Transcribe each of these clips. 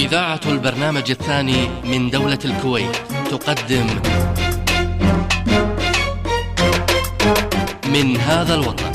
إذاعة البرنامج الثاني من دولة الكويت تقدم من هذا الوطن.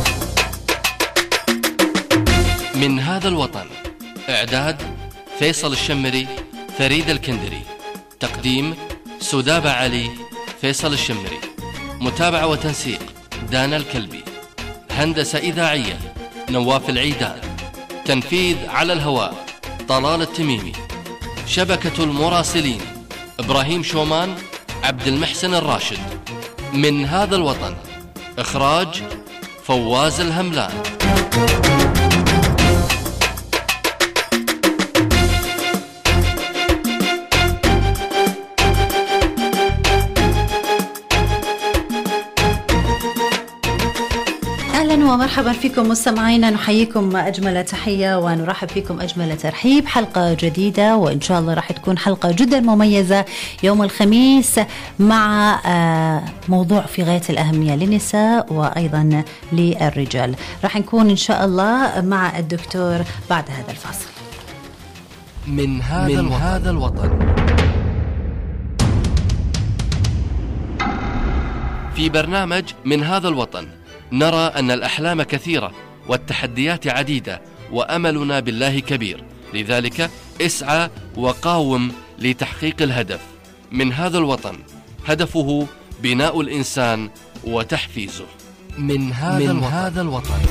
من هذا الوطن، إعداد فيصل الشمري، فريد الكندري، تقديم سدابة علي، فيصل الشمري، متابعة وتنسيق دانا الكلبي، هندسة إذاعية نواف العيدان، تنفيذ على الهواء طلال التميمي، شبكة المراسلين إبراهيم شومان، عبد المحسن الراشد. من هذا الوطن، إخراج فواز الهملان. أهلا ومرحبا فيكم مستمعينا، نحييكم أجمل تحية ونرحب فيكم أجمل ترحيب. حلقة جديدة وإن شاء الله راح تكون حلقة جدا مميزة يوم الخميس مع موضوع في غاية الأهمية للنساء وأيضا للرجال. راح نكون إن شاء الله مع الدكتور بعد هذا الفاصل. من هذا الوطن. في برنامج من هذا الوطن نرى أن الأحلام كثيرة والتحديات عديدة وأملنا بالله كبير، لذلك اسعى وقاوم لتحقيق الهدف. من هذا الوطن هدفه بناء الإنسان وتحفيزه. من هذا الوطن.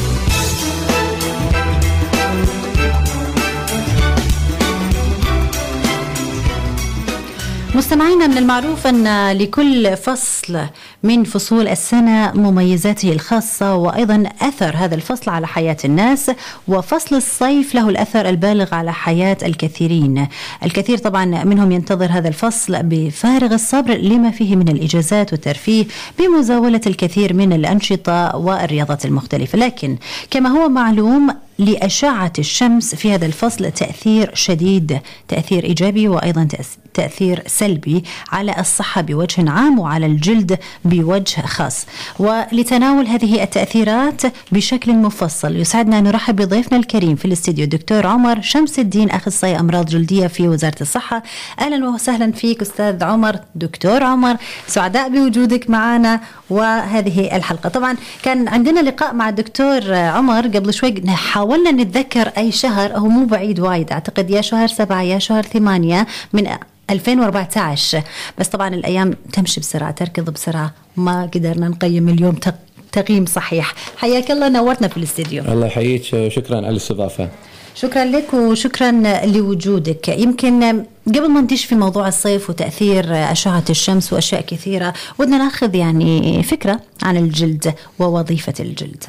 مستمعينا، من المعروف أن لكل فصل من فصول السنة مميزاته الخاصة وأيضا أثر هذا الفصل على حياة الناس، وفصل الصيف له الأثر البالغ على حياة الكثيرين. الكثير طبعا منهم ينتظر هذا الفصل بفارغ الصبر لما فيه من الإجازات والترفيه بمزاولة الكثير من الأنشطة والرياضات المختلفة، لكن كما هو معلوم لأشعة الشمس في هذا الفصل تأثير شديد، تأثير إيجابي وأيضا تأثير سلبي على الصحة بوجه عام وعلى الجلد بوجه خاص. ولتناول هذه التأثيرات بشكل مفصل يسعدنا أن نرحب بضيفنا الكريم في الاستديو الدكتور عمر شمس الدين، أخصائي أمراض جلدية في وزارة الصحة. أهلا وسهلا فيك أستاذ عمر. دكتور عمر، سعداء بوجودك معنا وهذه الحلقة. طبعا كان عندنا لقاء مع الدكتور عمر قبل شوي، حاولنا نتذكر أي شهر، هو مو بعيد وايد، أعتقد يا شهر 7 يا شهر 8 من 2014، بس طبعا الأيام تمشي بسرعة، تركض بسرعة، ما قدرنا نقيم اليوم تقييم صحيح. حياك الله، نورتنا في الاستديو. الله يحييك، شكرا على الاستضافة. شكرا لك وشكرا لوجودك. يمكن قبل ما ندش في موضوع الصيف وتأثير أشعة الشمس وأشياء كثيرة، ودنا ناخذ يعني فكرة عن الجلد ووظيفة الجلد.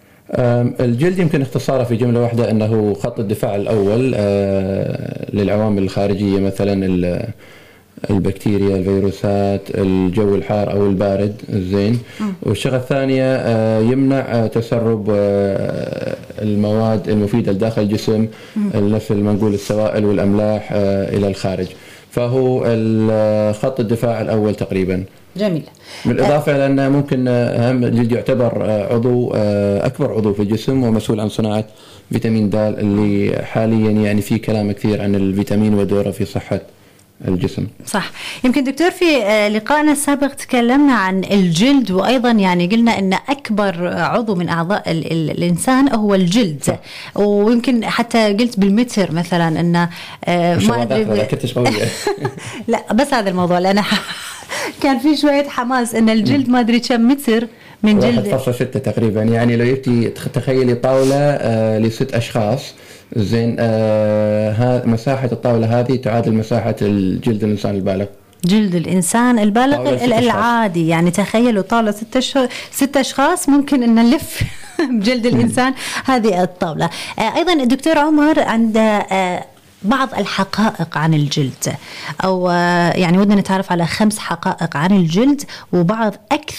الجلد يمكن اختصاره في جملة واحدة أنه خط الدفاع الأول للعوامل الخارجية، مثلا البكتيريا، الفيروسات، الجو الحار أو البارد الزين. والشغلة الثانية يمنع تسرب المواد المفيدة لداخل الجسم، مثل ما نقول السوائل والأملاح إلى الخارج. فهو خط الدفاع الأول تقريبا. جميل. بالإضافة إلى أنه ممكن أهم الجلد يعتبر عضو أكبر عضو في الجسم ومسؤول عن صناعة فيتامين د، اللي حاليا يعني في كلام كثير عن الفيتامين ودوره في صحة الجسم. صح. يمكن دكتور في لقائنا السابق تكلمنا عن الجلد، وأيضا يعني قلنا أن أكبر عضو من أعضاء الإنسان هو الجلد. صح. ويمكن حتى قلت بالمتر مثلا أن ما أدري لا بس هذا الموضوع لأن كان في شوية حماس أن الجلد ما أدري كم متر من جلد، 1.6 تقريبا. يعني لو يبتي تخيلي طاولة ل6 أشخاص، زين مساحة الطاولة هذه تعادل مساحة الجلد الإنسان البالغ. جلد الإنسان البالغ العادي، يعني تخيلوا طاولة 6 أشخاص ممكن أن نلف بجلد الإنسان هذه الطاولة. أيضا الدكتور عمر عند بعض الحقائق عن الجلد، أو يعني ودنا نتعرف على 5 حقائق عن الجلد وبعض أكثر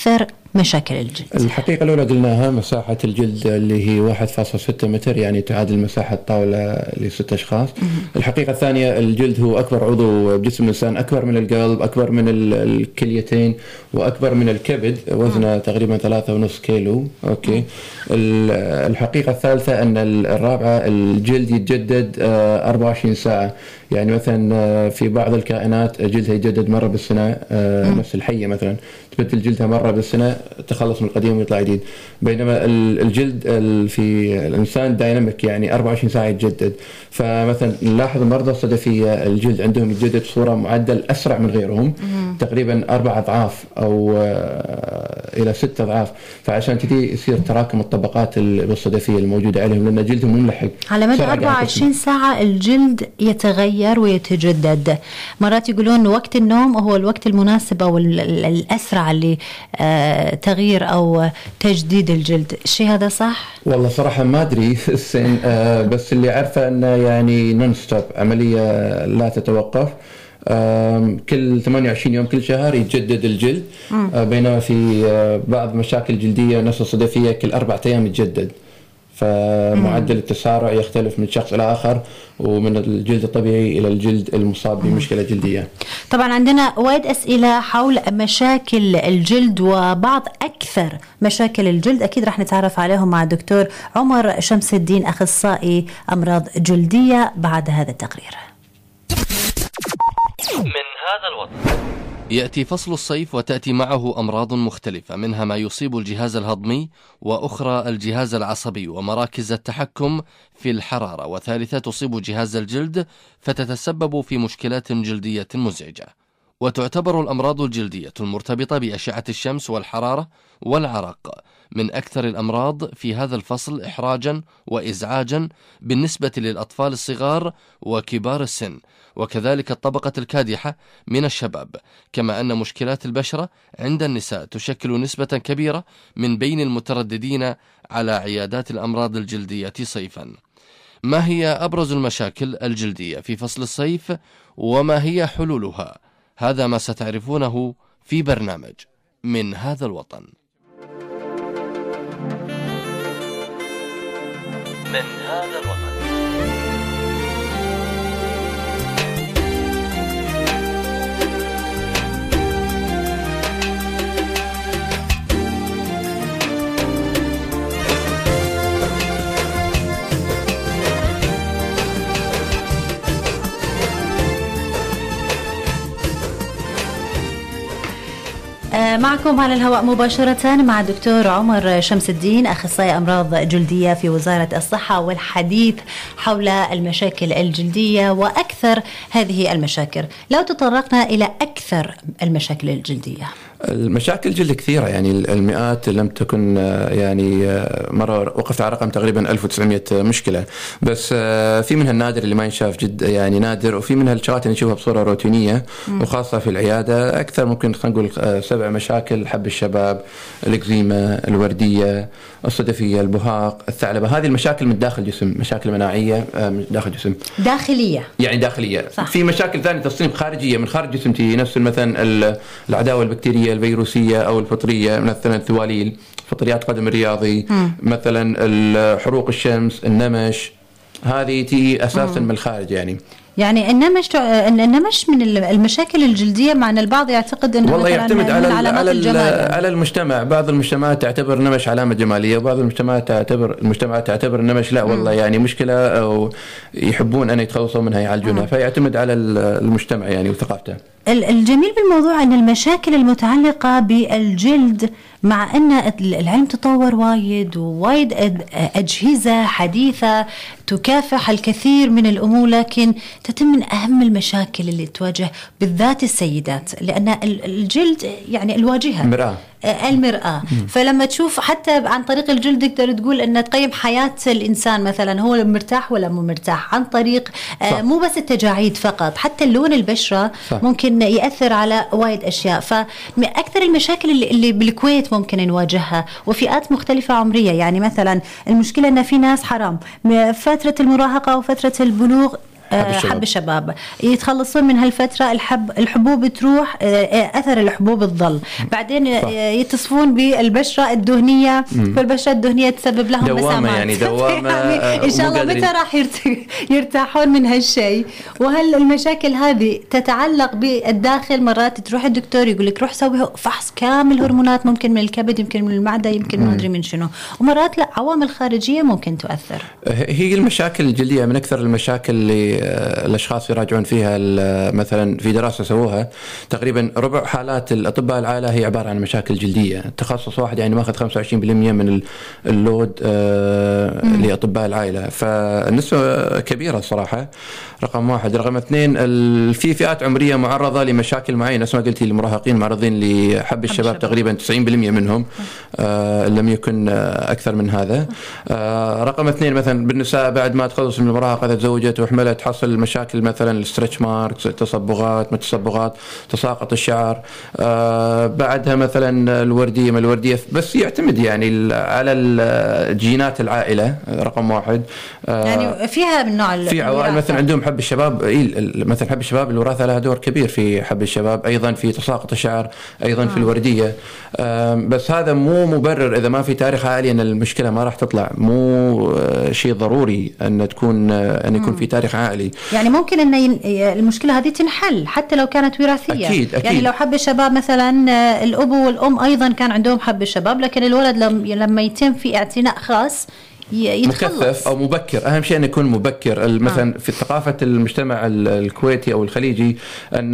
مشاكل الجلد؟ الحقيقة الأولى قلناها مساحة الجلد اللي هي 1.6 متر، يعني تعادل مساحة طاولة ل6 أشخاص. الحقيقة الثانية الجلد هو أكبر عضو بجسم الإنسان، أكبر من القلب، أكبر من الكليتين، وأكبر من الكبد، وزنه تقريبا 3.5 كيلو. أوكي. الحقيقة الثالثة أن الرابعة الجلد يتجدد 24 ساعة، يعني مثلا في بعض الكائنات جلدها يتجدد مرة بالسنة، نفس الحية مثلا تبدل جلدها مرة بالسنة تخلص من القديم ويطلع جديد، بينما الجلد في الإنسان دايناميك، يعني 24 ساعة يتجدد. فمثلا نلاحظ المرضى الصدفية الجلد عندهم يتجدد بصورة معدل أسرع من غيرهم، تقريبا 4 أضعاف أو إلى 6 أضعاف. فعشان كذي يصير تراكم الطبقات بالصدفية الموجودة عليهم، لأن جلدهم مملحق على مدى 24 ساعة الجلد يتغير ويتجدد. مرات يقولون وقت النوم هو الوقت المناسب أو الأسرع لتغيير أو تجديد الجلد. الشيء هذا صح؟ والله صراحة ما أدري السن، بس اللي عارفة أنه يعني نون ستوب، عملية لا تتوقف، كل 28 يوم كل شهر يتجدد الجلد. بينما في بعض مشاكل الجلدية نفس الصدفية كل 4 أيام يتجدد. فمعدل التسارع يختلف من شخص إلى آخر، ومن الجلد الطبيعي إلى الجلد المصاب بمشكلة جلدية. طبعا عندنا وايد أسئلة حول مشاكل الجلد وبعض أكثر مشاكل الجلد، أكيد راح نتعرف عليهم مع الدكتور عمر شمس الدين، أخصائي أمراض جلدية، بعد هذا التقرير. من هذا الوطن يأتي فصل الصيف وتأتي معه أمراض مختلفة، منها ما يصيب الجهاز الهضمي، وأخرى الجهاز العصبي ومراكز التحكم في الحرارة، وثالثة تصيب جهاز الجلد فتتسبب في مشكلات جلدية مزعجة. وتعتبر الأمراض الجلدية المرتبطة بأشعة الشمس والحرارة والعرق من أكثر الأمراض في هذا الفصل إحراجا وإزعاجا بالنسبة للأطفال الصغار وكبار السن، وكذلك الطبقة الكادحة من الشباب، كما أن مشكلات البشرة عند النساء تشكل نسبة كبيرة من بين المترددين على عيادات الأمراض الجلدية صيفا. ما هي أبرز المشاكل الجلدية في فصل الصيف وما هي حلولها؟ هذا ما ستعرفونه في برنامج من هذا الوطن. من هذا الوطن. معكم على الهواء مباشرة مع الدكتور عمر شمس الدين، أخصائي أمراض جلدية في وزارة الصحة، والحديث حول المشاكل الجلدية وأكثر هذه المشاكل. لو تطرقنا إلى أكثر المشاكل الجلدية. المشاكل الجلد كثيرة، يعني المئات، لم تكن يعني مرة وقفت على رقم تقريبا 1900 مشكلة، بس في منها النادر اللي ما ينشاف جد، يعني نادر، وفي منها الشغلات اللي نشوفها بصورة روتينية وخاصة في العيادة. أكثر ممكن خلينا نقول 7 مشاكل: حب الشباب، الإكزيما، الوردية، الصدفية، البهاق، الثعلبة. هذه المشاكل من داخل الجسم، مشاكل مناعية من داخل الجسم، داخلية، يعني داخلية. صح. في مشاكل ثانية تصنيف خارجية من خارج الجسم، نفس مثلا العداوة البكتيرية الفيروسية أو الفطرية، مثلا الثواليل، فطريات قدم الرياضي، مثلا حروق الشمس، النمش، هذه تيجي أساسا من الخارج. يعني النمش من المشاكل الجلدية، مع أن البعض يعتقد أنه والله يعتمد على المجتمع. بعض المجتمعات تعتبر النمش علامة جمالية، وبعض المجتمعات تعتبر النمش لا والله يعني مشكلة، أو يحبون أن يتخلصوا منها يعالجونها. فيعتمد على المجتمع يعني وثقافته. الجميل بالموضوع أن المشاكل المتعلقة بالجلد، مع أن العلم تطور وايد أجهزة حديثة تكافح الكثير من الأمور، لكن تتم من أهم المشاكل اللي تواجه بالذات السيدات، لأن الجلد يعني الواجهة المرآة. فلما تشوف حتى عن طريق الجلد تقدر تقول أن تقيم حياة الإنسان، مثلا هو مرتاح ولا مو مرتاح، عن طريق مو بس التجاعيد فقط، حتى اللون البشرة ممكن يأثر على وايد أشياء. فأكثر المشاكل اللي بالكويت ممكن نواجهها وفئات مختلفة عمرية، يعني مثلا المشكلة أن في ناس حرام فترة المراهقة وفترة البلوغ حب الشباب يتخلصون من هالفترة، الحبوب تروح، أثر الحبوب تظل، بعدين يتصفون بالبشرة الدهنية، فالبشرة الدهنية تسبب لهم مسامات. يعني دوامة يعني إن شاء الله متى راح يرتاحون من هالشيء؟ وهل المشاكل هذه تتعلق بالداخل؟ مرات تروح الدكتور يقول لك روح سوي فحص كامل هرمونات، ممكن من الكبد، يمكن من المعدة، يمكن ما أدري من شنو، ومرات لا، عوامل خارجية ممكن تؤثر. هي المشاكل الجلدية من أكثر المشاكل اللي الأشخاص يراجعون فيها. مثلا في دراسة سووها تقريبا ربع حالات الأطباء العائلة هي عبارة عن مشاكل جلدية. تخصص واحد يعني ماخذ 25% من اللود لأطباء العائلة، فالنسبة كبيرة صراحة. رقم واحد. رقم اثنين، في فئات عمرية معرضة لمشاكل معينة، اسمها قلتي المراهقين معرضين لحب الشباب تقريبا 90% منهم، لم يكن أكثر من هذا. رقم اثنين، مثلا بالنساء بعد ما تخلص من المراهقة إذا تزوجت وحملت حصل مشاكل مثلا الستريتش ماركس، تصبغات، متصبغات، تساقط الشعر. بعدها مثلا الوردية، ما الوردية بس يعتمد يعني على الجينات العائلة. رقم واحد يعني فيها من نوع في عوائل مثلا عندهم حب الشباب، مثلا حب الشباب الوراثة لها دور كبير في حب الشباب، أيضا في تساقط الشعر، أيضا في الوردية. بس هذا مو مبرر إذا ما في تاريخ عائلي أن المشكلة ما راح تطلع، مو شيء ضروري أن يكون في تاريخ عائلي. يعني ممكن أن المشكلة هذه تنحل حتى لو كانت وراثية. أكيد. يعني لو حب الشباب مثلا الأب والأم أيضا كان عندهم حب الشباب، لكن الولد لما يتم في اعتناء خاص مكثف أو مبكر، أهم شيء أن يكون مبكر. مثلا في ثقافة المجتمع الكويتي أو الخليجي أن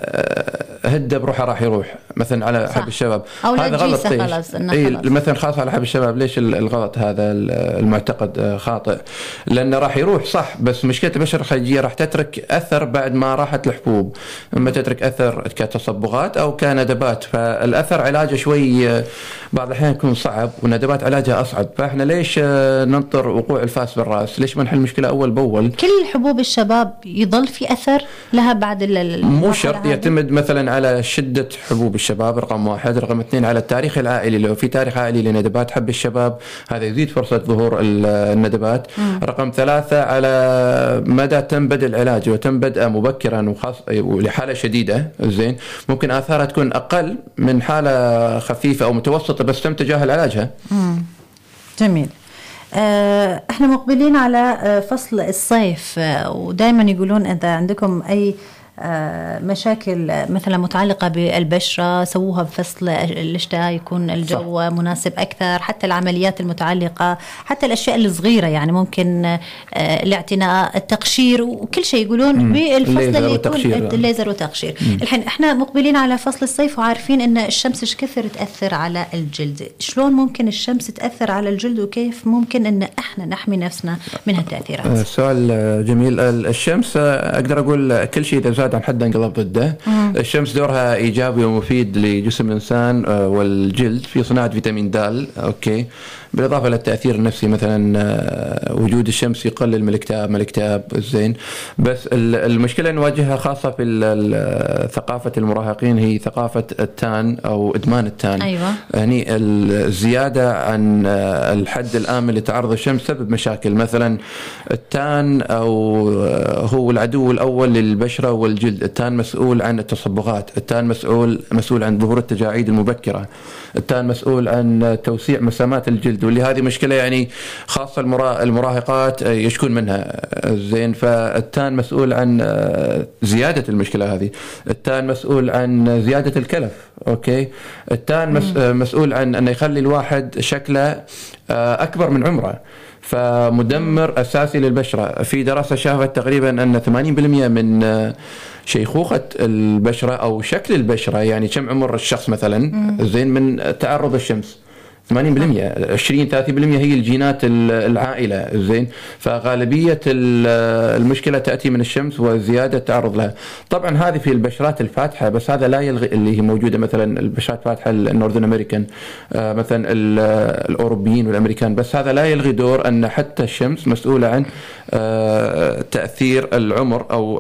هدى بروحه راح يروح مثلا على حب الشباب، هذا غلط. مثلا خاصة على حب الشباب، ليش الغلط هذا؟ المعتقد خاطئ، لأنه راح يروح صح، بس مشكلة البشرة الخليجية راح تترك أثر بعد ما راحت الحبوب، إما تترك أثر كتصبغات أو كندبات، فالأثر علاجه شوي بعض الأحيان يكون صعب، والندبات علاجها أصعب. فإحنا ليش ننطر وقوع الفاس بالرأس؟ ليش ما نحل المشكلة أول بأول؟ كل حبوب الشباب يظل في أثر لها بعد مو شرط، يعتمد مثلا على شدة حبوب الشباب رقم واحد. رقم اثنين على التاريخ العائلي، لو في تاريخ عائلي لندبات حب الشباب هذا يزيد فرصة ظهور الندبات. رقم ثلاثة على مدى تم بدء العلاج، وتم بدء مبكرا وخاص ولحالة شديدة زين ممكن آثارها تكون أقل من حالة خفيفة أو متوسطة بس تم تجاهل علاجها. جميل. احنا مقبلين على فصل الصيف، ودائما يقولون إذا عندكم أي مشاكل مثلا متعلقة بالبشرة سووها بفصل الشتاء، يكون الجو صح. مناسب أكثر، حتى العمليات المتعلقة، حتى الأشياء الصغيرة، يعني ممكن الاعتناء، التقشير، وكل شيء يقولون بالفصل اللي يكون الليزر وتقشير. الحين احنا مقبلين على فصل الصيف، وعارفين ان الشمس ايش كثر تأثر على الجلد. شلون ممكن الشمس تأثر على الجلد، وكيف ممكن ان احنا نحمي نفسنا من هالتأثيرات؟ سؤال جميل. الشمس اقدر اقول كل شيء اذا عن حد انقلب ضده. الشمس دورها ايجابي ومفيد لجسم الانسان والجلد في صناعه فيتامين د، اوكي، بالاضافه للتاثير النفسي، مثلا وجود الشمس يقلل من الاكتئاب زين. بس المشكله نواجهها خاصه في ثقافه المراهقين هي ثقافه التان او ادمان التان. أيوة. يعني الزياده عن الحد الامن لتعرض الشمس سبب مشاكل. مثلا التان او هو العدو الاول للبشره والجلد. التان مسؤول عن التصبغات، التان مسؤول عن ظهور التجاعيد المبكره، التان مسؤول عن توسيع مسامات الجلد، واللي هذه مشكله يعني خاصه المراهقات يشكون منها زين. فالتان مسؤول عن زياده المشكله هذه. التان مسؤول عن زياده الكلف، اوكي. التان مسؤول عن انه يخلي الواحد شكله اكبر من عمره، فمدمر أساسي للبشرة. في دراسة شافت تقريبا أن 80% من شيخوخة البشرة أو شكل البشرة، يعني كم عمر الشخص مثلا زين، من تعرض الشمس. 80%، 20-30% هي الجينات العائلة زين. فغالبية المشكلة تأتي من الشمس وزيادة التعرض لها. طبعا هذه في البشرات الفاتحة، بس هذا لا يلغي اللي هي موجودة مثلا البشرات الفاتحة النورثن أمريكان، مثلا الأوروبيين والأمريكان، بس هذا لا يلغي دور أن حتى الشمس مسؤولة عن تأثير العمر أو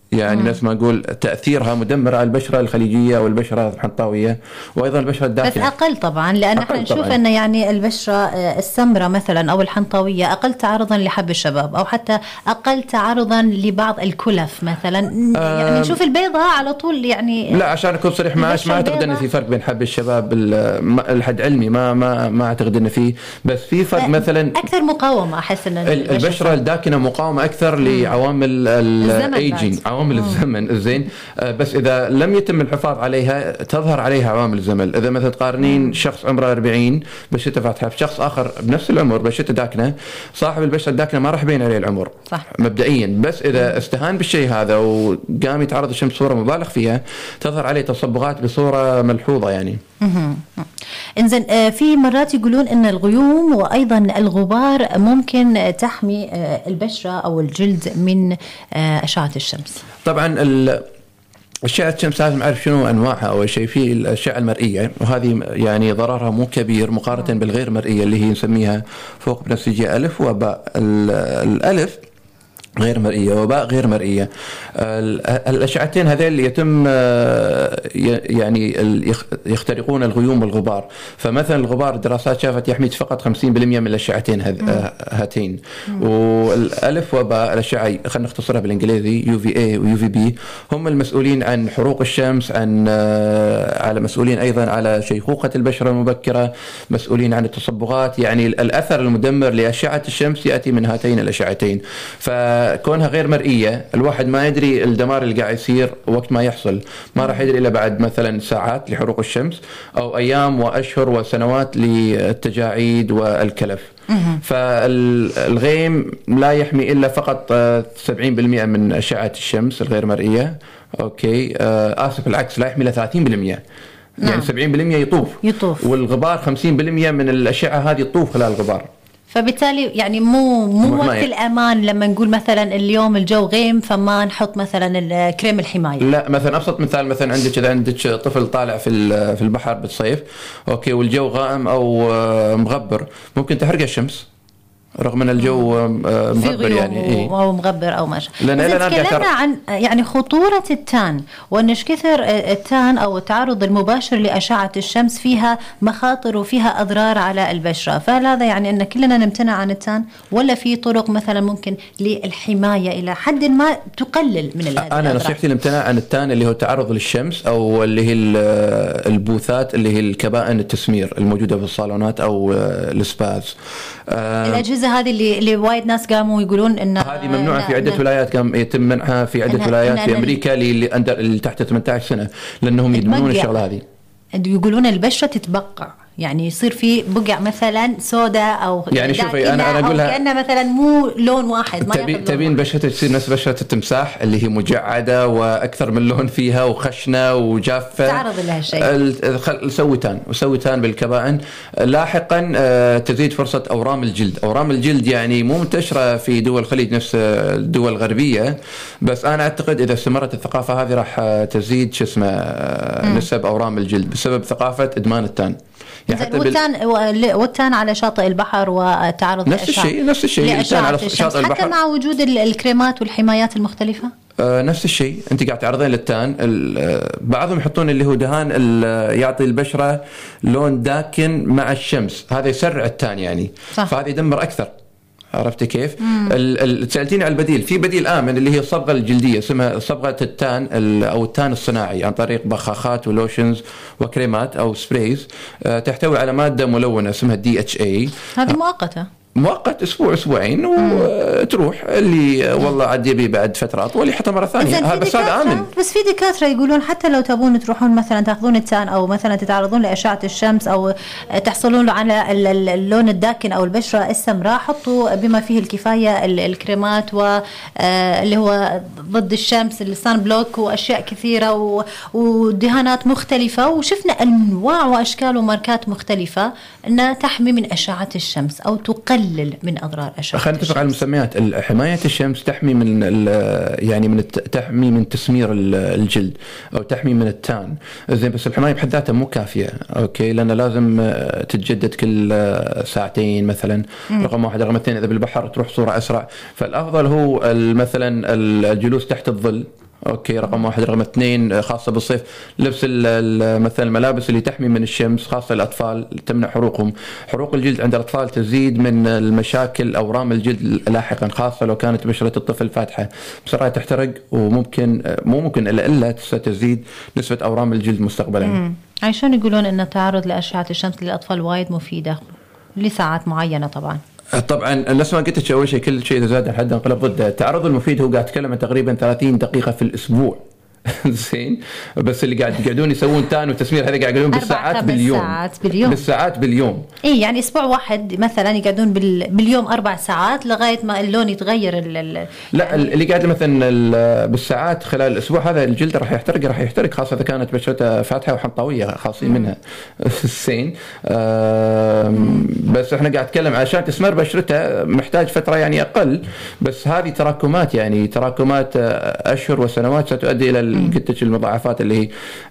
يعني ناس ما نقول تأثيرها مدمر على البشرة الخليجية والبشرة الحنطاوية وأيضا البشرة الداكنة. بس أقل طبعا، لأن احنا نشوف أن يعني البشرة السمراء مثلا أو الحنطاوية أقل تعرضا لحب الشباب، أو حتى أقل تعرضا لبعض الكلف مثلا. يعني نشوف البيضاء على طول يعني. لا عشان أكون صريح ما أعتقد أن في فرق بين حب الشباب الحد علمي، ما أعتقد أن فيه، بس في فرق مثلا أكثر مقاومة. أحس أن البشرة الداكنة مقاومة أكثر لعوامل الأيجين، عوامل الزمن. الزين بس إذا لم يتم الحفاظ عليها تظهر عليها عوامل الزمن. إذا مثلا تقارنين شخص عمره 40 بشرته فاتحة بشخص آخر بنفس العمر بشرته داكنة، صاحب البشرة الداكنة ما راح يبين عليه العمر صح. مبدئيا، بس إذا استهان بالشيء هذا وقام يتعرض الشمس بصورة مبالغ فيها تظهر عليه تصبغات بصورة ملحوظة يعني. إنزين في مرات يقولون إن الغيوم وأيضا الغبار ممكن تحمي البشرة أو الجلد من أشعة الشمس. طبعا أشعة الشمس لازم نعرف شنو أنواعها. أول شيء في الأشعة المرئية، وهذه يعني ضررها مو كبير مقارنة بالغير مرئية اللي هي نسميها فوق بنفسجية ألف وباء. الألف غير مرئية وباء غير مرئية. الأشعتين هذيل يتم يعني يخترقون الغيوم والغبار. فمثلا الغبار دراسات شافت يحمي فقط 50% من الأشعتين هاتين. والألف وباء الأشعة خلينا نختصرها بالإنجليزي UVA و UVB هم المسؤولين عن حروق الشمس، على مسؤولين أيضا على شيخوخة البشرة المبكرة، مسؤولين عن التصبغات. يعني الأثر المدمر لأشعة الشمس يأتي من هاتين الأشعتين. كونها غير مرئية الواحد ما يدري الدمار اللي قاعد يصير وقت ما يحصل، ما راح يدري إلا بعد مثلا ساعات لحروق الشمس أو أيام وأشهر وسنوات للتجاعيد والكلف. فالغيم لا يحمي إلا فقط 70% من أشعة الشمس الغير مرئية. أوكي آسف العكس، لا يحمي إلا 30%. يعني 70% يطوف، والغبار 50% من الأشعة هذه تطوف خلال الغبار. فبالتالي يعني مو وقت الأمان لما نقول مثلا اليوم الجو غيم فما نحط مثلا الكريم الحماية. لا مثلا أبسط مثال، مثلا عندك طفل طالع في البحر بالصيف أوكي والجو غائم أو مغبر، ممكن تحرق الشمس رغم ان الجو مغبر يعني او مغبر او ما تكلمنا عن يعني خطوره التان، وانش كثر التان او التعرض المباشر لاشعه الشمس فيها مخاطر وفيها اضرار على البشره. فهل هذا يعني ان كلنا نمتنع عن التان، ولا في طرق مثلا ممكن للحمايه الى حد ما تقلل من الأضرار؟ انا نصيحتي الامتناع عن التان اللي هو التعرض للشمس او اللي هي البوثات اللي هي الكبائن التسمير الموجوده في الصالونات او السباز. الأجهزة هذه اللي وايد ناس قاموا يقولون إن هذه ممنوعة في عدة ولايات، قام يتم منعها في عدة ولايات في أمريكا اللي تحت 18 سنة لأنهم يدمنون الشغلة هذه. يقولون البشرة تتبقع، يعني يصير في بقع مثلا سوداء او يعني شوفي انا اقول لها كأنه مثلا مو لون واحد، ما تبين بشرتك تصير نفس بشرة التمساح اللي هي مجعدة واكثر من لون فيها وخشنة وجافة، تعرض لها شيء. سوي تان بالكبائن. لاحقا تزيد فرصة اورام الجلد يعني مو منتشرة في دول الخليج نفس الدول الغربية، بس انا اعتقد اذا استمرت الثقافة هذه راح تزيد نسب اورام الجلد بسبب ثقافة ادمان التان. والتان على شاطئ البحر وتعرض نفس الشيء التان على شاطئ البحر حتى مع وجود الكريمات والحمايات المختلفة نفس الشيء. انت قاعد تعرضين للتان، بعضهم يحطون اللي هو دهان يعطي البشرة لون داكن مع الشمس، هذا يسرع التان يعني صح. فهذا يدمر اكثر. عرفت كيف؟ سألتيني على البديل، في بديل آمن اللي هي الصبغة الجلدية اسمها صبغة التان أو التان الصناعي عن طريق بخاخات ولوشنز وكريمات أو سبرايز تحتوي على مادة ملونة اسمها DHA. هذه مؤقت أسبوعين وتروح اللي والله عاد يبي بعد فترة أطول يحطها مرة ثانية. بس هذا آمن. بس في دكاترة يقولون حتى لو تبون تروحون مثلا تأخذون التان أو مثلا تتعرضون لأشعة الشمس أو تحصلون على اللون الداكن أو البشرة السمراء، حطوا بما فيه الكفاية الكريمات واللي هو ضد الشمس السان بلوك وأشياء كثيرة ودهانات مختلفة، وشفنا أنواع وأشكال وماركات مختلفة أنها تحمي من أشعة الشمس أو تقلل من أضرار أشعة. خلينا نتفق على المسميات. حماية الشمس تحمي تحمي من تسمير الجلد أو تحمي من التان زين، بس الحماية بحد ذاتها مو كافية أوكي، لأن لازم تتجدد كل ساعتين مثلا. رقم واحد. رقم اثنين إذا بالبحر تروح صورة أسرع، فالأفضل هو مثلا الجلوس تحت الظل اوكي، رقم واحد. رقم اثنين خاصه بالصيف، لبس مثلا الملابس اللي تحمي من الشمس خاصه الاطفال، تمنع حروقهم. حروق الجلد عند الاطفال تزيد من المشاكل اورام الجلد لاحقا، خاصه لو كانت بشره الطفل فاتحه بسرعه تحترق، وممكن مو ممكن الا تزيد نسبه اورام الجلد مستقبلا. عشان يقولون ان التعرض لاشعه الشمس للاطفال وايد مفيده لساعات معينه. طبعا نفس ما قلت اول شيء، كل شيء اذا زاد عن حد انقلب ضده. التعرض المفيد هو قاعد يتكلم عن تقريبا 30 دقيقه في الاسبوع. زين، بس اللي يقعدون يسوون تان وتسمير هذا قاعد يقولون بالساعات باليوم. اي يعني اسبوع واحد مثلا يقعدون باليوم 4 ساعات لغايه ما اللون يتغير. لا، اللي قاعد مثلا بالساعات خلال الاسبوع هذا الجلد راح يحترق خاصه اذا كانت بشرته فاتحه وحنطويه خاصين منها. زين، بس احنا قاعد نتكلم عشان تسمر بشرته محتاج فتره يعني اقل، بس هذه تراكمات اشهر وسنوات ستؤدي الى قلت المضاعفات اللي هي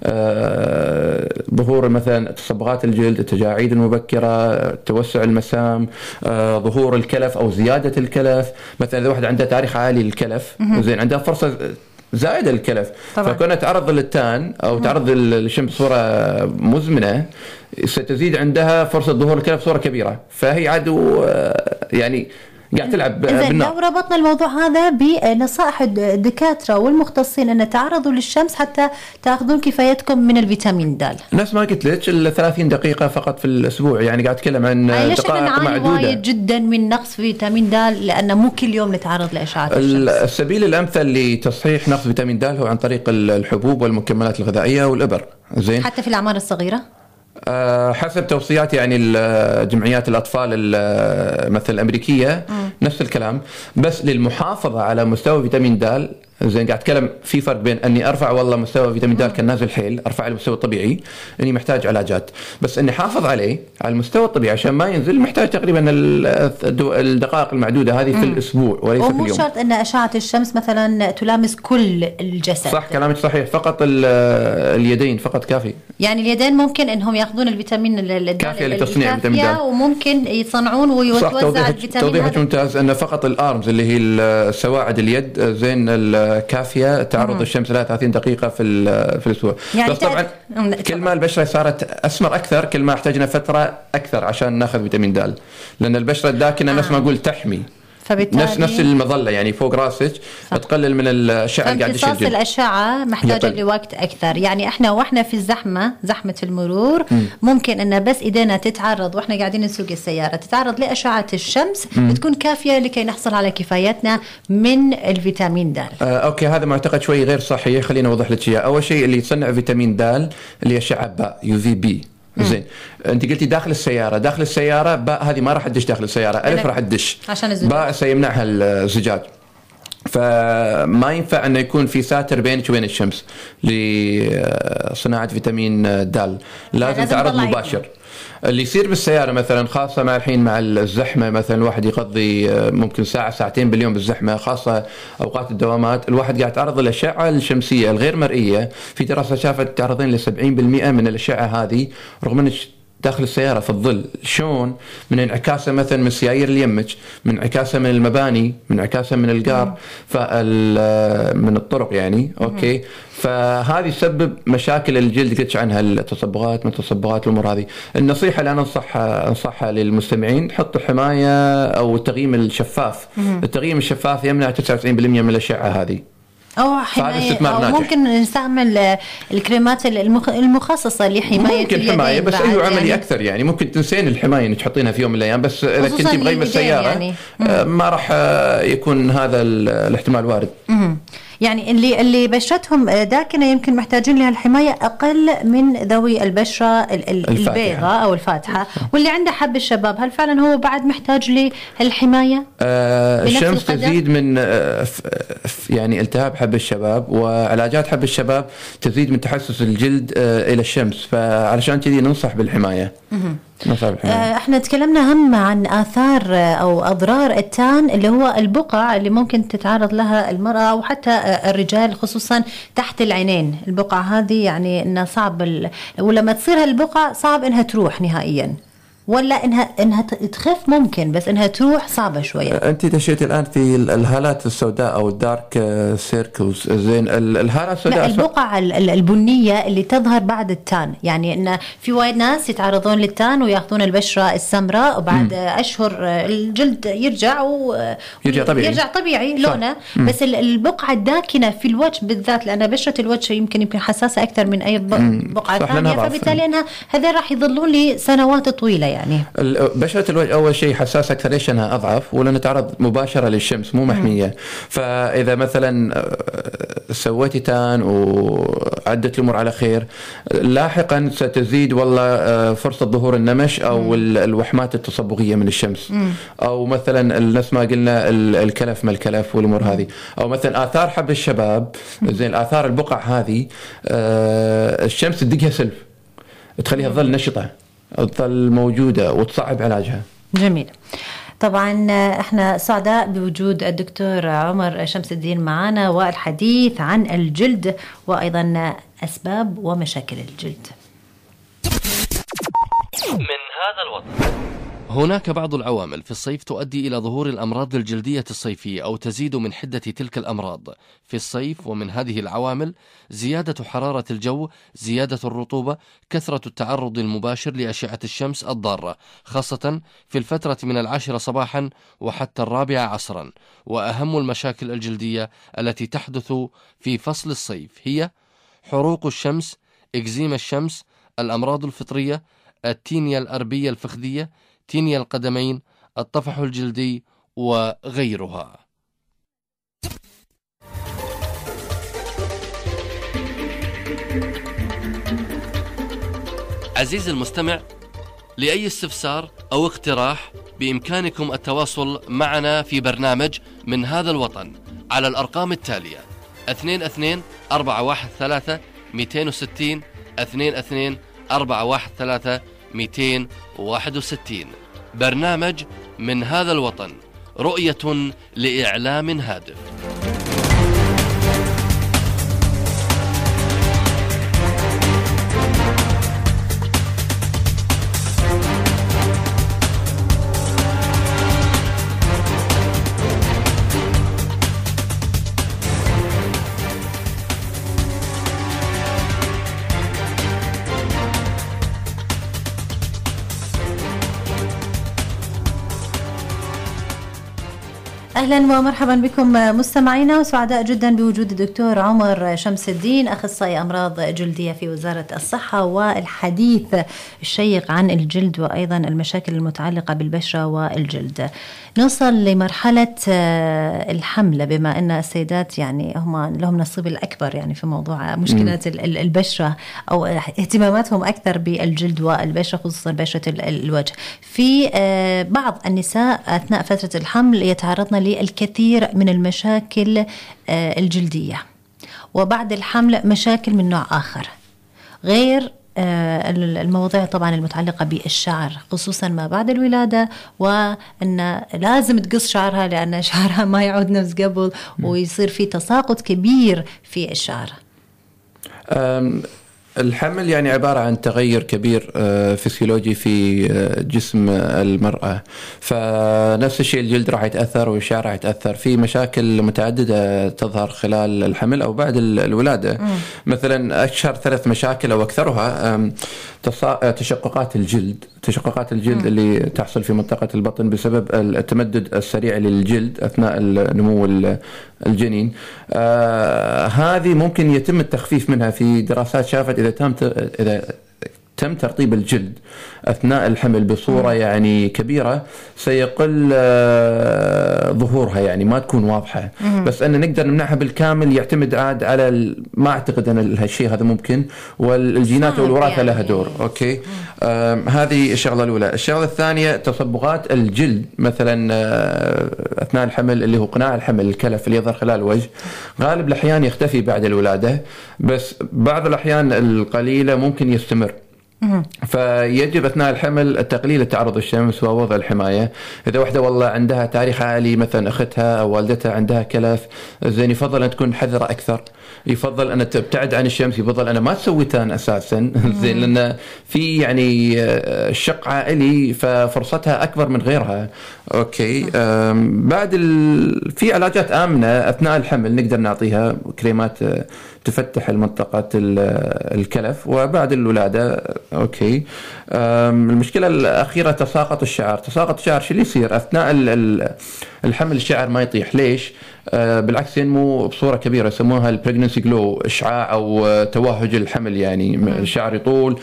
ظهور مثلا تصبغات الجلد، التجاعيد المبكرة، توسع المسام، ظهور الكلف أو زيادة الكلف. مثلا إذا واحد عنده تاريخ عالي للكلف، زين، عنده فرصة زائدة للكلف، فكونه تعرض للتان أو تعرض للشمس بصورة مزمنة ستزيد عندها فرصة ظهور الكلف بصورة كبيرة، فهي عدو يعني قاعد تلعب بالنار. لو ربطنا الموضوع هذا بنصائح الدكاترة والمختصين أن تعرضوا للشمس حتى تأخذون كفايتكم من الفيتامين د. نفس ما قلت لك 30 دقيقة فقط في الأسبوع، يعني قاعد أتكلم عن دقائق معدودة. وايد جدا من نقص فيتامين د، لأنه مو كل يوم نتعرض لأشعة الشمس. السبيل الأمثل لتصحيح نقص فيتامين د هو عن طريق الحبوب والمكملات الغذائية والإبر. زين، حتى في الأعمار الصغيرة حسب توصيات يعني جمعيات الأطفال مثل الأمريكية نفس الكلام، بس للمحافظة على مستوى فيتامين د. زين، قاعد أتكلم في فرق بين أني أرفع والله مستوى فيتامين د كان نازل حيل، أرفع على المستوى الطبيعي، أني محتاج علاجات، بس أني حافظ عليه على المستوى الطبيعي عشان ما ينزل محتاج تقريبا الدقائق المعدودة هذه في الأسبوع وليس في اليوم. ومو شرط أن أشعة الشمس مثلا تلامس كل الجسد. صح، كلامك صحيح، فقط اليدين فقط كافي. يعني اليدين ممكن أنهم يأخذون الفيتامين كافية لتصنيع فيتامين د، وممكن يصنعون ويتوزع الفيتامين. توضيحك ممتاز، أن فقط الأرمز اللي هي سواعد اليد زين كافية تعرض الشمس لها 30 دقيقة في الأسبوع. يعني بس طبعا كل ما البشرة صارت أسمر أكثر كل ما احتاجنا فترة أكثر عشان ناخذ فيتامين د، لأن البشرة الداكنة نفس ما أقول تحمي، نفس المظلة يعني فوق راسك تقلل من الأشعة اللي قاعد تشيل الجلد. الأشعة محتاجة لوقت أكثر. يعني إحنا في زحمة المرور ممكن إن بس إيدينا تتعرض وإحنا قاعدين نسوق السيارة تتعرض لأشعة الشمس تكون كافية لكي نحصل على كفايتنا من الفيتامين د. أوكي، هذا معتقد شوي غير صحيح، خلينا أوضح لك إياه. أول شيء اللي يصنع فيتامين د اللي هي أشعة باء UVB. زين، انت قلتي داخل السياره باء هذه ما راح تدش داخل السياره، الف راح تدش عشان الزجاج، باء سيمنعها الزجاج، فما ينفع انه يكون في ساتر بينك وبين الشمس لصناعه فيتامين د، لازم تعرض مباشر. اللي يصير بالسيارة مثلا خاصة مع الحين مع الزحمة، مثلا الواحد يقضي ممكن ساعة ساعتين باليوم بالزحمة، خاصة أوقات الدوامات، الواحد قاعد يتعرض للأشعة الشمسية الغير مرئية. في دراسة شافت تعرضين ل 70% من الأشعة هذه رغم أنك داخل السيارة في الظل. شلون؟ من انعكاسه مثلا من سيايير اللي يمك، من انعكاسه من المباني، من انعكاسه من القار، من الطرق يعني. اوكي، فهذه يسبب مشاكل الجلد قلت عنها، التصبغات من التصبغات والامور هذه. النصيحه اللي انا انصحها للمستمعين، حطوا حمايه او التغييم الشفاف. التغييم الشفاف يمنع 99% من الاشعه هذه، أو حماية، أو ممكن نستعمل الكريمات المخصصة لحماية ممكن اليدين حماية، بس أيوة عملي يعني أكثر. يعني ممكن تنسين الحماية إنك تحطينها في يوم من الأيام، بس إذا كنت بغيم السيارة يعني ما راح يكون هذا الاحتمال وارد. يعني اللي بشرتهم داكنة يمكن محتاجين لها الحماية أقل من ذوي البشرة البيضاء أو الفاتحة. واللي عنده حب الشباب، هل فعلا هو بعد محتاج للحماية؟ الشمس تزيد من يعني التهاب حب الشباب، وعلاجات حب الشباب تزيد من تحسس الجلد إلى الشمس، فعلشان كذي ننصح بالحماية. احنا تكلمنا هم عن آثار أو أضرار التان، اللي هو البقع اللي ممكن تتعرض لها المرأة وحتى الرجال، خصوصا تحت العينين. البقع هذه يعني إنها صعب ولما تصير هالبقع صعب إنها تروح نهائيا، ولا انها تخف ممكن، بس انها تروح صعبه شويه؟ انت دشيتي الان في الهالات السوداء او الدارك سيركلز. زين، الهالات السوداء، البقع البنيه اللي تظهر بعد التان، يعني ان في وايد ناس يتعرضون للتان وياخذون البشره السمراء، وبعد اشهر الجلد يرجع طبيعي لونه. بس البقعه الداكنه في الوجه بالذات، لان بشره الوجه يمكن حساسه اكثر من اي بقعه ثانيه، فبالتالي انها هذول راح يظلون لي سنوات طويله. يعني بشره الوجه اول شيء حساسه اكثر، ليش؟ انها اضعف ولان تعرض مباشره للشمس، مو محميه. فاذا مثلا سويتي تان وعدت الامور على خير، لاحقا ستزيد والله فرصه ظهور النمش او الوحمات التصبغيه من الشمس، او مثلا نفس ما قلنا الكلف ما الكلف والامور هذه، او مثلا اثار حب الشباب. زين، اثار البقع هذه الشمس تدقها سلف، تخليها تظل نشطه، تظل موجوده وتصعب علاجها. جميل. طبعا احنا سعداء بوجود الدكتور عمر شمس الدين معنا، والحديث عن الجلد وايضا اسباب ومشاكل الجلد. من هذا الوطن. هناك بعض العوامل في الصيف تؤدي إلى ظهور الأمراض الجلدية الصيفية أو تزيد من حدة تلك الأمراض في الصيف، ومن هذه العوامل زيادة حرارة الجو، زيادة الرطوبة، كثرة التعرض المباشر لأشعة الشمس الضارة، خاصة في الفترة من 10 صباحا وحتى 4 عصرا. وأهم المشاكل الجلدية التي تحدث في فصل الصيف هي حروق الشمس، إكزيما الشمس، الأمراض الفطرية، التينيا الأربية الفخذية، تينيا القدمين، الطفح الجلدي وغيرها. عزيزي المستمع، لأي استفسار أو اقتراح بإمكانكم التواصل معنا في برنامج من هذا الوطن على الأرقام التالية: 22 413 260 22 413 261. برنامج من هذا الوطن، رؤية لإعلام هادف. أهلا ومرحبا بكم مستمعينا، وسعداء جدا بوجود الدكتور عمر شمس الدين، أخصائي أمراض جلدية في وزارة الصحة، والحديث الشيق عن الجلد وأيضا المشاكل المتعلقة بالبشرة والجلد. نوصل لمرحلة الحمل، بما أن السيدات يعني هم لهم نصيب الأكبر يعني في موضوع مشكلات البشرة، أو اهتماماتهم أكثر بالجلد والبشرة، خصوصا بشرة الوجه. في بعض النساء أثناء فترة الحمل يتعرضن للكثير من المشاكل الجلدية، وبعد الحمل مشاكل من نوع آخر غير المواضيع طبعا المتعلقة بالشعر، خصوصا ما بعد الولادة، وأن لازم تقص شعرها لأن شعرها ما يعود نفس قبل، ويصير في تساقط كبير في الشعر. الحمل يعني عبارة عن تغير كبير فسيولوجي في جسم المرأة، فنفس الشيء الجلد راح يتأثر والشعر راح يتأثر. في مشاكل متعددة تظهر خلال الحمل أو بعد الولادة. مثلا أشهر 3 مشاكل أو أكثرها تشققات الجلد اللي تحصل في منطقة البطن بسبب التمدد السريع للجلد أثناء نمو الجنين. هذه ممكن يتم التخفيف منها في دراسات شافت إذا تم ترطيب الجلد أثناء الحمل بصورة يعني كبيرة سيقل ظهورها، يعني ما تكون واضحة. بس أن نقدر نمنعها بالكامل يعتمد عاد على ما أعتقد أن هالشيء هذا ممكن، والجينات والوراثة لها دور. أوكي، هذه الشغلة الأولى. الشغلة الثانية تصبغات الجلد، مثلا أثناء الحمل اللي هو قناع الحمل، الكلف اللي يظهر خلال الوجه، غالب الأحيان يختفي بعد الولادة، بس بعض الأحيان القليلة ممكن يستمر. فيجب أثناء الحمل تقليل التعرض للشمس ووضع الحماية. إذا واحدة والله عندها تاريخ عائلي مثلا أختها أو والدتها عندها كلف، زين يفضل أن تكون حذرة أكثر، يفضل أن تبتعد عن الشمس، يفضل أن ما تسوي تان أساسا زين، لأن في يعني شق عائلي ففرصتها أكبر من غيرها. أوكي. بعد في علاجات آمنة أثناء الحمل نقدر نعطيها، كريمات تفتح المنطقة الكلف وبعد الولادة. أوكي. المشكلة الأخيرة تساقط الشعر. تساقط الشعر شو اللي يصير أثناء الحمل؟ الشعر ما يطيح. ليش؟ بالعكس ينمو بصورة كبيرة، يسموها البريجننسي جلو، إشعاع أو توهج الحمل، يعني الشعر يطول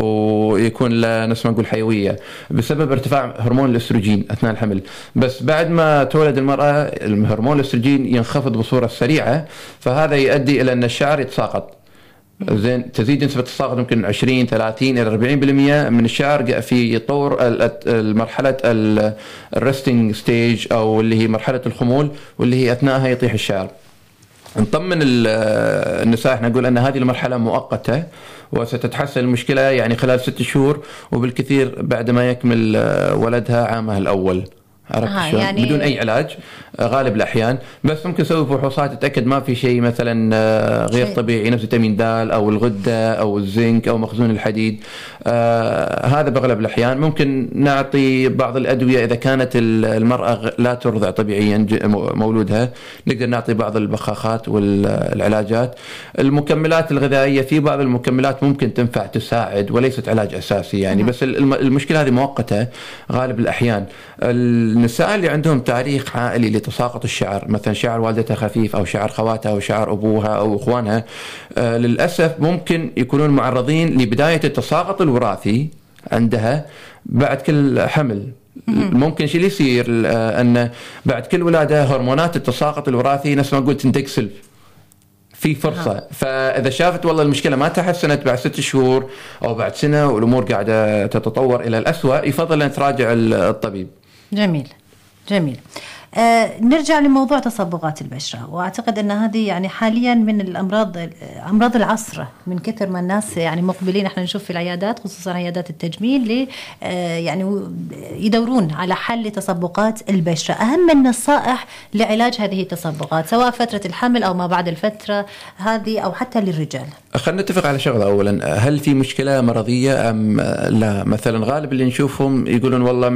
ويكون له نفس ما نقول حيوية بسبب ارتفاع هرمون الاستروجين أثناء الحمل. بس بعد ما تولد المرأة هرمون الاستروجين ينخفض بصورة سريعة، فهذا يؤدي إلى أن الشعر يتساقط. زين، تزيد نسبة التساقط ممكن 20 30 إلى 40% من الشعر في طور مرحلة الريستنج ستيج أو اللي هي مرحلة الخمول، واللي هي أثناءها يطيح الشعر. نطمن النساء، احنا نقول أن هذه المرحلة مؤقتة وستتحسن المشكلة يعني خلال 6 شهور، وبالكثير بعد ما يكمل ولدها عامها الأول. يعني بدون أي علاج غالب الأحيان، بس ممكن نسوي فحوصات تتأكد ما في شيء مثلا غير طبيعي، نفس فيتامين د أو الغدة أو الزنك أو مخزون الحديد. هذا بأغلب الأحيان. ممكن نعطي بعض الأدوية إذا كانت المرأة لا ترضع طبيعيا مولودها، نقدر نعطي بعض البخاخات والعلاجات. المكملات الغذائية، في بعض المكملات ممكن تنفع تساعد وليست علاج أساسي يعني، بس المشكلة هذه مؤقتة غالب الأحيان. النساء اللي عندهم تاريخ عائلي لتساقط الشعر، مثلا شعر والدتها خفيف أو شعر خواتها أو شعر أبوها أو إخوانها، للأسف ممكن يكونون معرضين لبداية التساقط الوراثي عندها بعد كل حمل. ممكن شيء اللي يصير أن بعد كل ولادة هرمونات التساقط الوراثي نفس ما قلت تنتكسل، في فرصة. فإذا شافت والله المشكلة ما تحسنت بعد 6 شهور أو بعد سنة والأمور قاعدة تتطور إلى الأسوأ، يفضل أن تراجع الطبيب. جميل جميل. نرجع لموضوع تصبغات البشرة، وأعتقد أن هذه يعني حاليا من أمراض العصر، من كثر ما الناس يعني مقبلين احنا نشوف في العيادات، خصوصا عيادات التجميل، يعني يدورون على حل لتصبغات البشرة. أهم النصائح لعلاج هذه التصبغات سواء فترة الحمل أو ما بعد الفترة هذه أو حتى للرجال. خلينا نتفق على شغلة أولا، هل في مشكلة مرضية أم لا؟ مثلا غالب اللي نشوفهم يقولون والله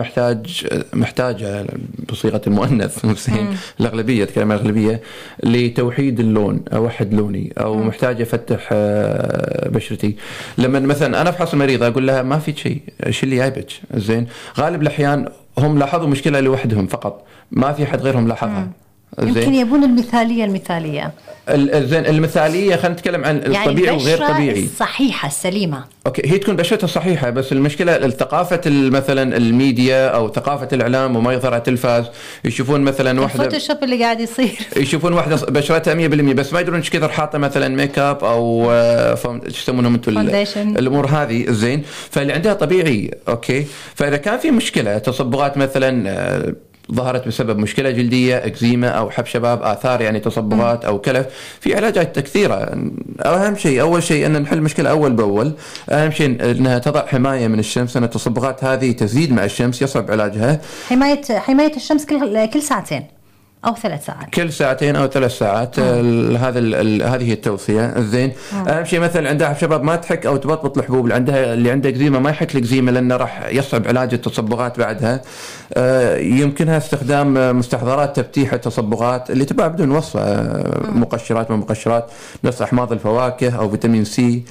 محتاجة بصيغة المؤنث الأغلبية، تكلم الأغلبية، لتوحيد اللون أو وحد لوني، أو محتاجة أفتح بشرتي. لما مثلا أنا أفحص المريضة أقول لها ما في شيء، إيش اللي جايبك؟ زين، غالب الأحيان هم لاحظوا مشكلة لوحدهم فقط، ما في حد غيرهم لاحظها. يمكن يبون المثالية زين، المثالية خلينا نتكلم عن يعني الطبيعي وغير طبيعي. الصحيحة السليمة. اوكي، هي تكون بشرتها صحيحة، بس المشكلة الثقافة مثلا الميديا او ثقافة الاعلام وما يظهر على التلفاز، يشوفون مثلا واحدة الفوتوشوب اللي قاعد يصير، يشوفون واحدة بشرتها 100% بس ما يدرون ايش كثر حاطة مثلا ميك اب او ايش يسمونهم انتم الامور هذه. زين، فاللي عندها طبيعي. اوكي، فاذا كان في مشكلة تصبغات مثلا ظهرت بسبب مشكلة جلدية، إكزيما أو حب شباب، آثار يعني تصبغات أو كلف، في علاجات كثيرة. أهم شيء أول شيء أن نحل المشكلة أول بأول. أهم شيء أنها تضع حماية من الشمس، أن التصبغات هذه تزيد مع الشمس، يصعب علاجها. حماية الشمس كل ساعتين أو 3 ساعات، كل 2 أو 3 ساعات. هذه هي التوصية. زين، أهم شيء مثلا عندها شباب ما تحك أو تبطبط الحبوب، اللي عنده إكزيما ما يحك الإكزيما لأنه راح يصعب علاج التصبغات بعدها. يمكنها استخدام مستحضرات تفتيح التصبغات اللي تباع بدون وصفة، مقشرات ومقشرات نفس أحماض الفواكه أو فيتامين سي.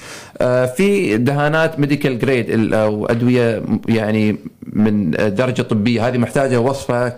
في دهانات ميديكال جريد أو أدوية يعني من درجة طبية، هذه محتاجة وصفة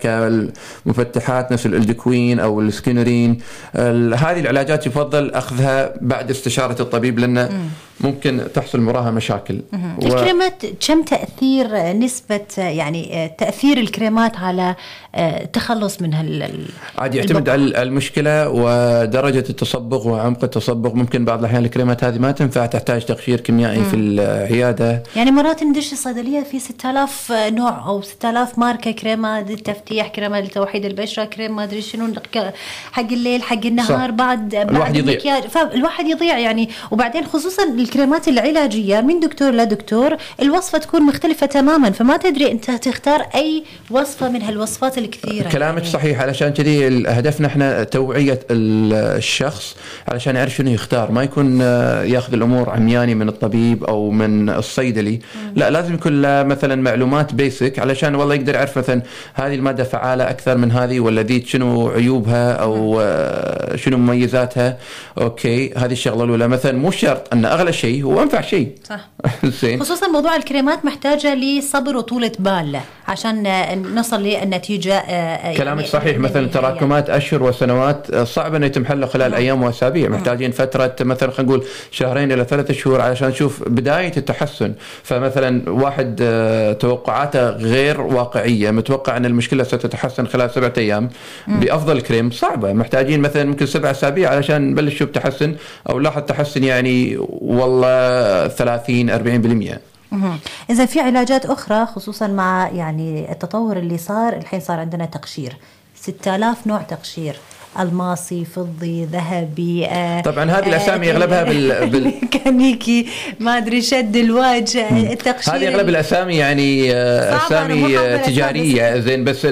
كمفتحات نفس الدكوين أو السكينرين. هذه العلاجات يفضل أخذها بعد استشارة الطبيب، لأن ممكن تحصل وراها مشاكل. الكريمات كم تأثير نسبة يعني تأثير الكريمات على التخلص من عاد يعتمد على المشكلة ودرجة التصبغ وعمق التصبغ. ممكن بعض الأحيان الكريمات هذه ما تنفع، تحتاج تقشير كيميائي في العيادة. يعني مرات ندش الصيدلية في 6000 نوع أو 6000 ماركة، كريمة للتفتيح، كريمة لتوحيد البشرة، كريمة ما أدري شنو حق الليل حق النهار. بعد الواحد يضيع يعني. وبعدين خصوصا الكريمات العلاجية من دكتور لدكتور الوصفة تكون مختلفة تماما، فما تدري أنت تختار أي وصفة من هالوصفات الكثيرة. كلامك يعني صحيح، علشان كذي هدفنا احنا توعية الشخص علشان يعرف شنو يختار، ما يكون ياخذ الأمور عمياني من الطبيب أو من الصيدلي. لا، لازم يكون له مثلا معلومات بيسك علشان والله يقدر يعرف مثلا هذه المادة فعالة أكثر من هذه، ولا ذي شنو عيوبها أو شنو مميزاتها. أوكي، هذه الشغلة الأولى. مثلا مو شرط أن أغلى شيء هو أنفع شيء. صح. خصوصا موضوع الكريمات محتاجة لصبر وطولة بال عشان نصل للنتيجة. كلامك يعني صحيح. مثلا تراكمات أشهر وسنوات صعب أن يتم حله خلال أيام وأسابيع. محتاجين فترة مثلا خلينا نقول 2 إلى 3 شهور علشان نشوف بداية التحسن. فمثلا واحد توقعاته غير واقعية، متوقع أن المشكلة ستتحسن خلال 7 أيام بأفضل كريم، صعبة. محتاجين مثلا ممكن 7 أسابيع علشان نبلش نشوف تحسن أو لاحظ تحسن يعني والله 30-40%. إذا في علاجات أخرى خصوصا مع يعني التطور اللي صار الحين، صار عندنا تقشير 6000 نوع تقشير، الماسي، فضي، ذهبي. طبعا هذه الاسامي اغلبها ميكانيكي، ما ادري، شد الوجه، التقشير. هذه اغلب الاسامي يعني اسامي تجاريه. زين، بس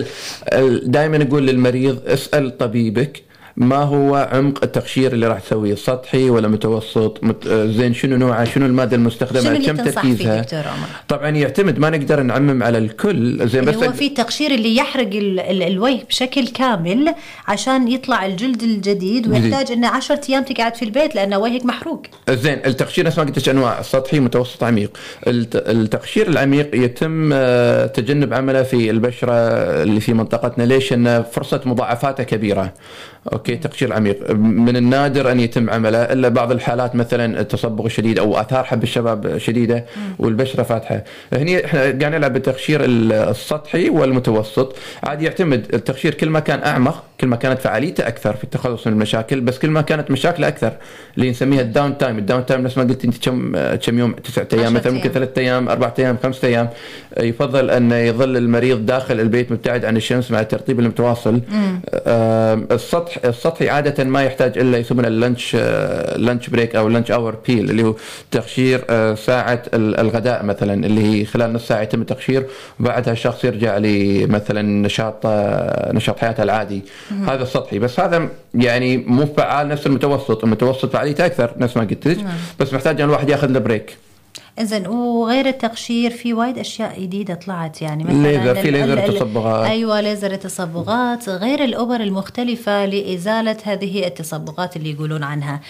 دائما نقول للمريض اسال طبيبك ما هو عمق التقشير اللي راح تسويه، سطحي ولا متوسط، زين شنو نوعه، شنو الماده المستخدمه، كم تركيزها. طبعا يعتمد، ما نقدر نعمم على الكل. زين، بس هو في تقشير اللي يحرق الوجه بشكل كامل عشان يطلع الجلد الجديد، ويحتاج انه 10 ايام تقعد في البيت لانه وجهك محروق. زين، التقشير نفس ما قلت انواع، سطحي، متوسط، عميق. التقشير العميق يتم تجنب عمله في البشره اللي في منطقتنا. ليش؟ ان فرصه مضاعفاته كبيره. اوكي، تقشير عميق من النادر ان يتم عمله الا بعض الحالات، مثلا التصبغ الشديد او اثار حب الشباب شديده والبشره فاتحه. هني احنا قاعد نلعب بالتقشير السطحي والمتوسط. عادي يعتمد التقشير، كل ما كان اعمق كل ما كانت فعاليته اكثر في التخلص من المشاكل، بس كل ما كانت مشاكل اكثر اللي نسميها الداون تايم. الداون تايم نفس ما قلت انت كم يوم، 9 ايام مثلا، ممكن 3 ايام، 4 ايام، 5 ايام. يفضل ان يظل المريض داخل البيت مبتعد عن الشمس مع الترطيب المتواصل. السطحي عادة ما يحتاج إلا يسمونه اللانش بريك أو لانش أور بيل، اللي هو تقشير ساعة الغداء مثلا، اللي هي خلال نص ساعة يتم التقشير وبعدها الشخص يرجع لمثلا نشاط حياته العادي. هذا السطحي، بس هذا يعني مو فعال نفس المتوسط. المتوسط فعاليته أكثر نفس ما قلت، بس محتاج أن الواحد يأخذ له بريك. إذن وغير التقشير في وايد أشياء جديدة طلعت، يعني مثلا في ليزر تصبغات. أيوة، ليزر التصبغات، غير الأوبر المختلفة لإزالة هذه التصبغات اللي يقولون عنها.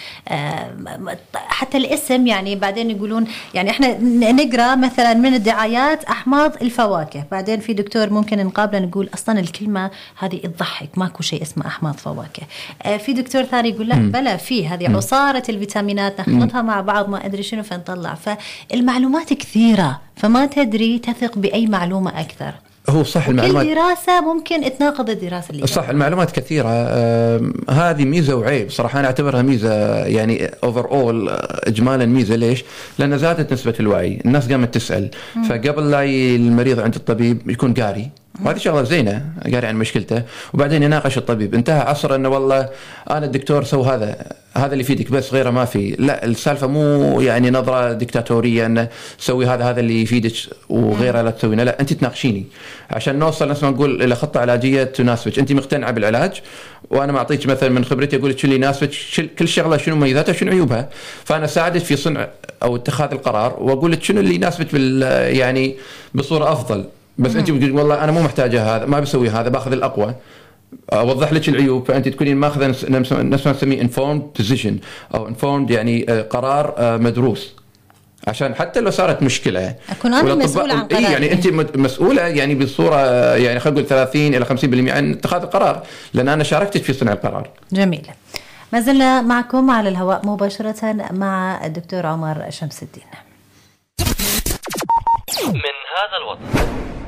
حتى الاسم يعني بعدين يقولون، يعني إحنا نقرأ مثلا من الدعايات أحماض الفواكه، بعدين في دكتور ممكن نقابله نقول أصلا الكلمة هذه تضحك، ماكو شيء اسمه أحماض فواكه. في دكتور ثاني يقول لا بلا، في هذه عصارة الفيتامينات نخلطها مع بعض ما أدري شنو فنطلع. المعلومات كثيرة، فما تدري تثق بأي معلومة أكثر. هو صح، المعلومات كل دراسة ممكن تناقض الدراسة اللي صح. المعلومات كثيرة. هذه ميزة وعيب صراحة. أنا أعتبرها ميزة يعني overall، إجمالا ميزة. ليش؟ لأن زادت نسبة الوعي، الناس قامت تسأل. فقبل لا المريض عند الطبيب يكون قاري، وهذه شغلة زينة، قاري عن مشكلته، وبعدين يناقش الطبيب. انتهى عصر أنه والله أنا الدكتور سوى هذا اللي يفيدك بس غيره ما في. لا، السالفة مو يعني نظرة ديكتاتورية أنه سوي هذا اللي يفيدك وغيره لا تسوينه. لا، أنت تناقشيني عشان نوصل نسمع نقول إلى خطة علاجية تناسبك. أنت مقتنعة بالعلاج وأنا معطيك مثلا من خبرتي أقول لك شو اللي يناسبك، كل شغلة شنو مميزاتها شنو عيوبها، فأنا ساعدك في صنع أو اتخاذ القرار وأقول لك شنو اللي يناسبك يعني بصورة أفضل. بس أنت بتقول والله أنا مو محتاجة هذا، ما بسوي هذا، باخذ الأقوى، أوضح لك العيوب. فأنت تكونين ماخذة نفس ما نسميه informed decision أو informed، يعني قرار مدروس، عشان حتى لو صارت مشكلة أكون أنا مسؤولة عن قراري. يعني أنت مسؤولة يعني بصورة يعني خلينا نقول 30 إلى 50% عن اتخاذ القرار، لأن أنا شاركتك في صنع القرار. جميل. ما زلنا معكم على الهواء مباشرة مع الدكتور عمر شمس الدين. من هذا الوطن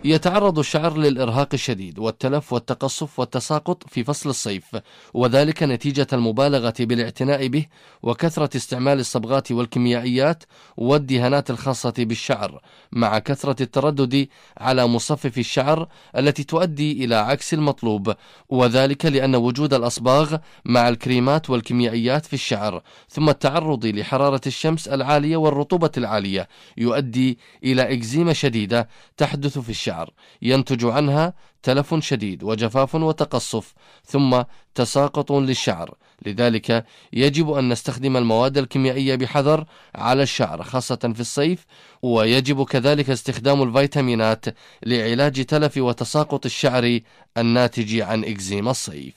يتعرض الشعر للإرهاق الشديد والتلف والتقصف والتساقط في فصل الصيف، وذلك نتيجة المبالغة بالاعتناء به وكثرة استعمال الصبغات والكيميائيات والدهانات الخاصة بالشعر، مع كثرة التردد على مصفف الشعر التي تؤدي إلى عكس المطلوب، وذلك لأن وجود الأصباغ مع الكريمات والكيميائيات في الشعر ثم التعرض لحرارة الشمس العالية والرطوبة العالية يؤدي إلى إكزيما شديدة تحدث في الشعر، ينتج عنها تلف شديد وجفاف وتقصف ثم تساقط للشعر. لذلك يجب أن نستخدم المواد الكيميائية بحذر على الشعر خاصة في الصيف، ويجب كذلك استخدام الفيتامينات لعلاج تلف وتساقط الشعر الناتج عن إكزيما الصيف.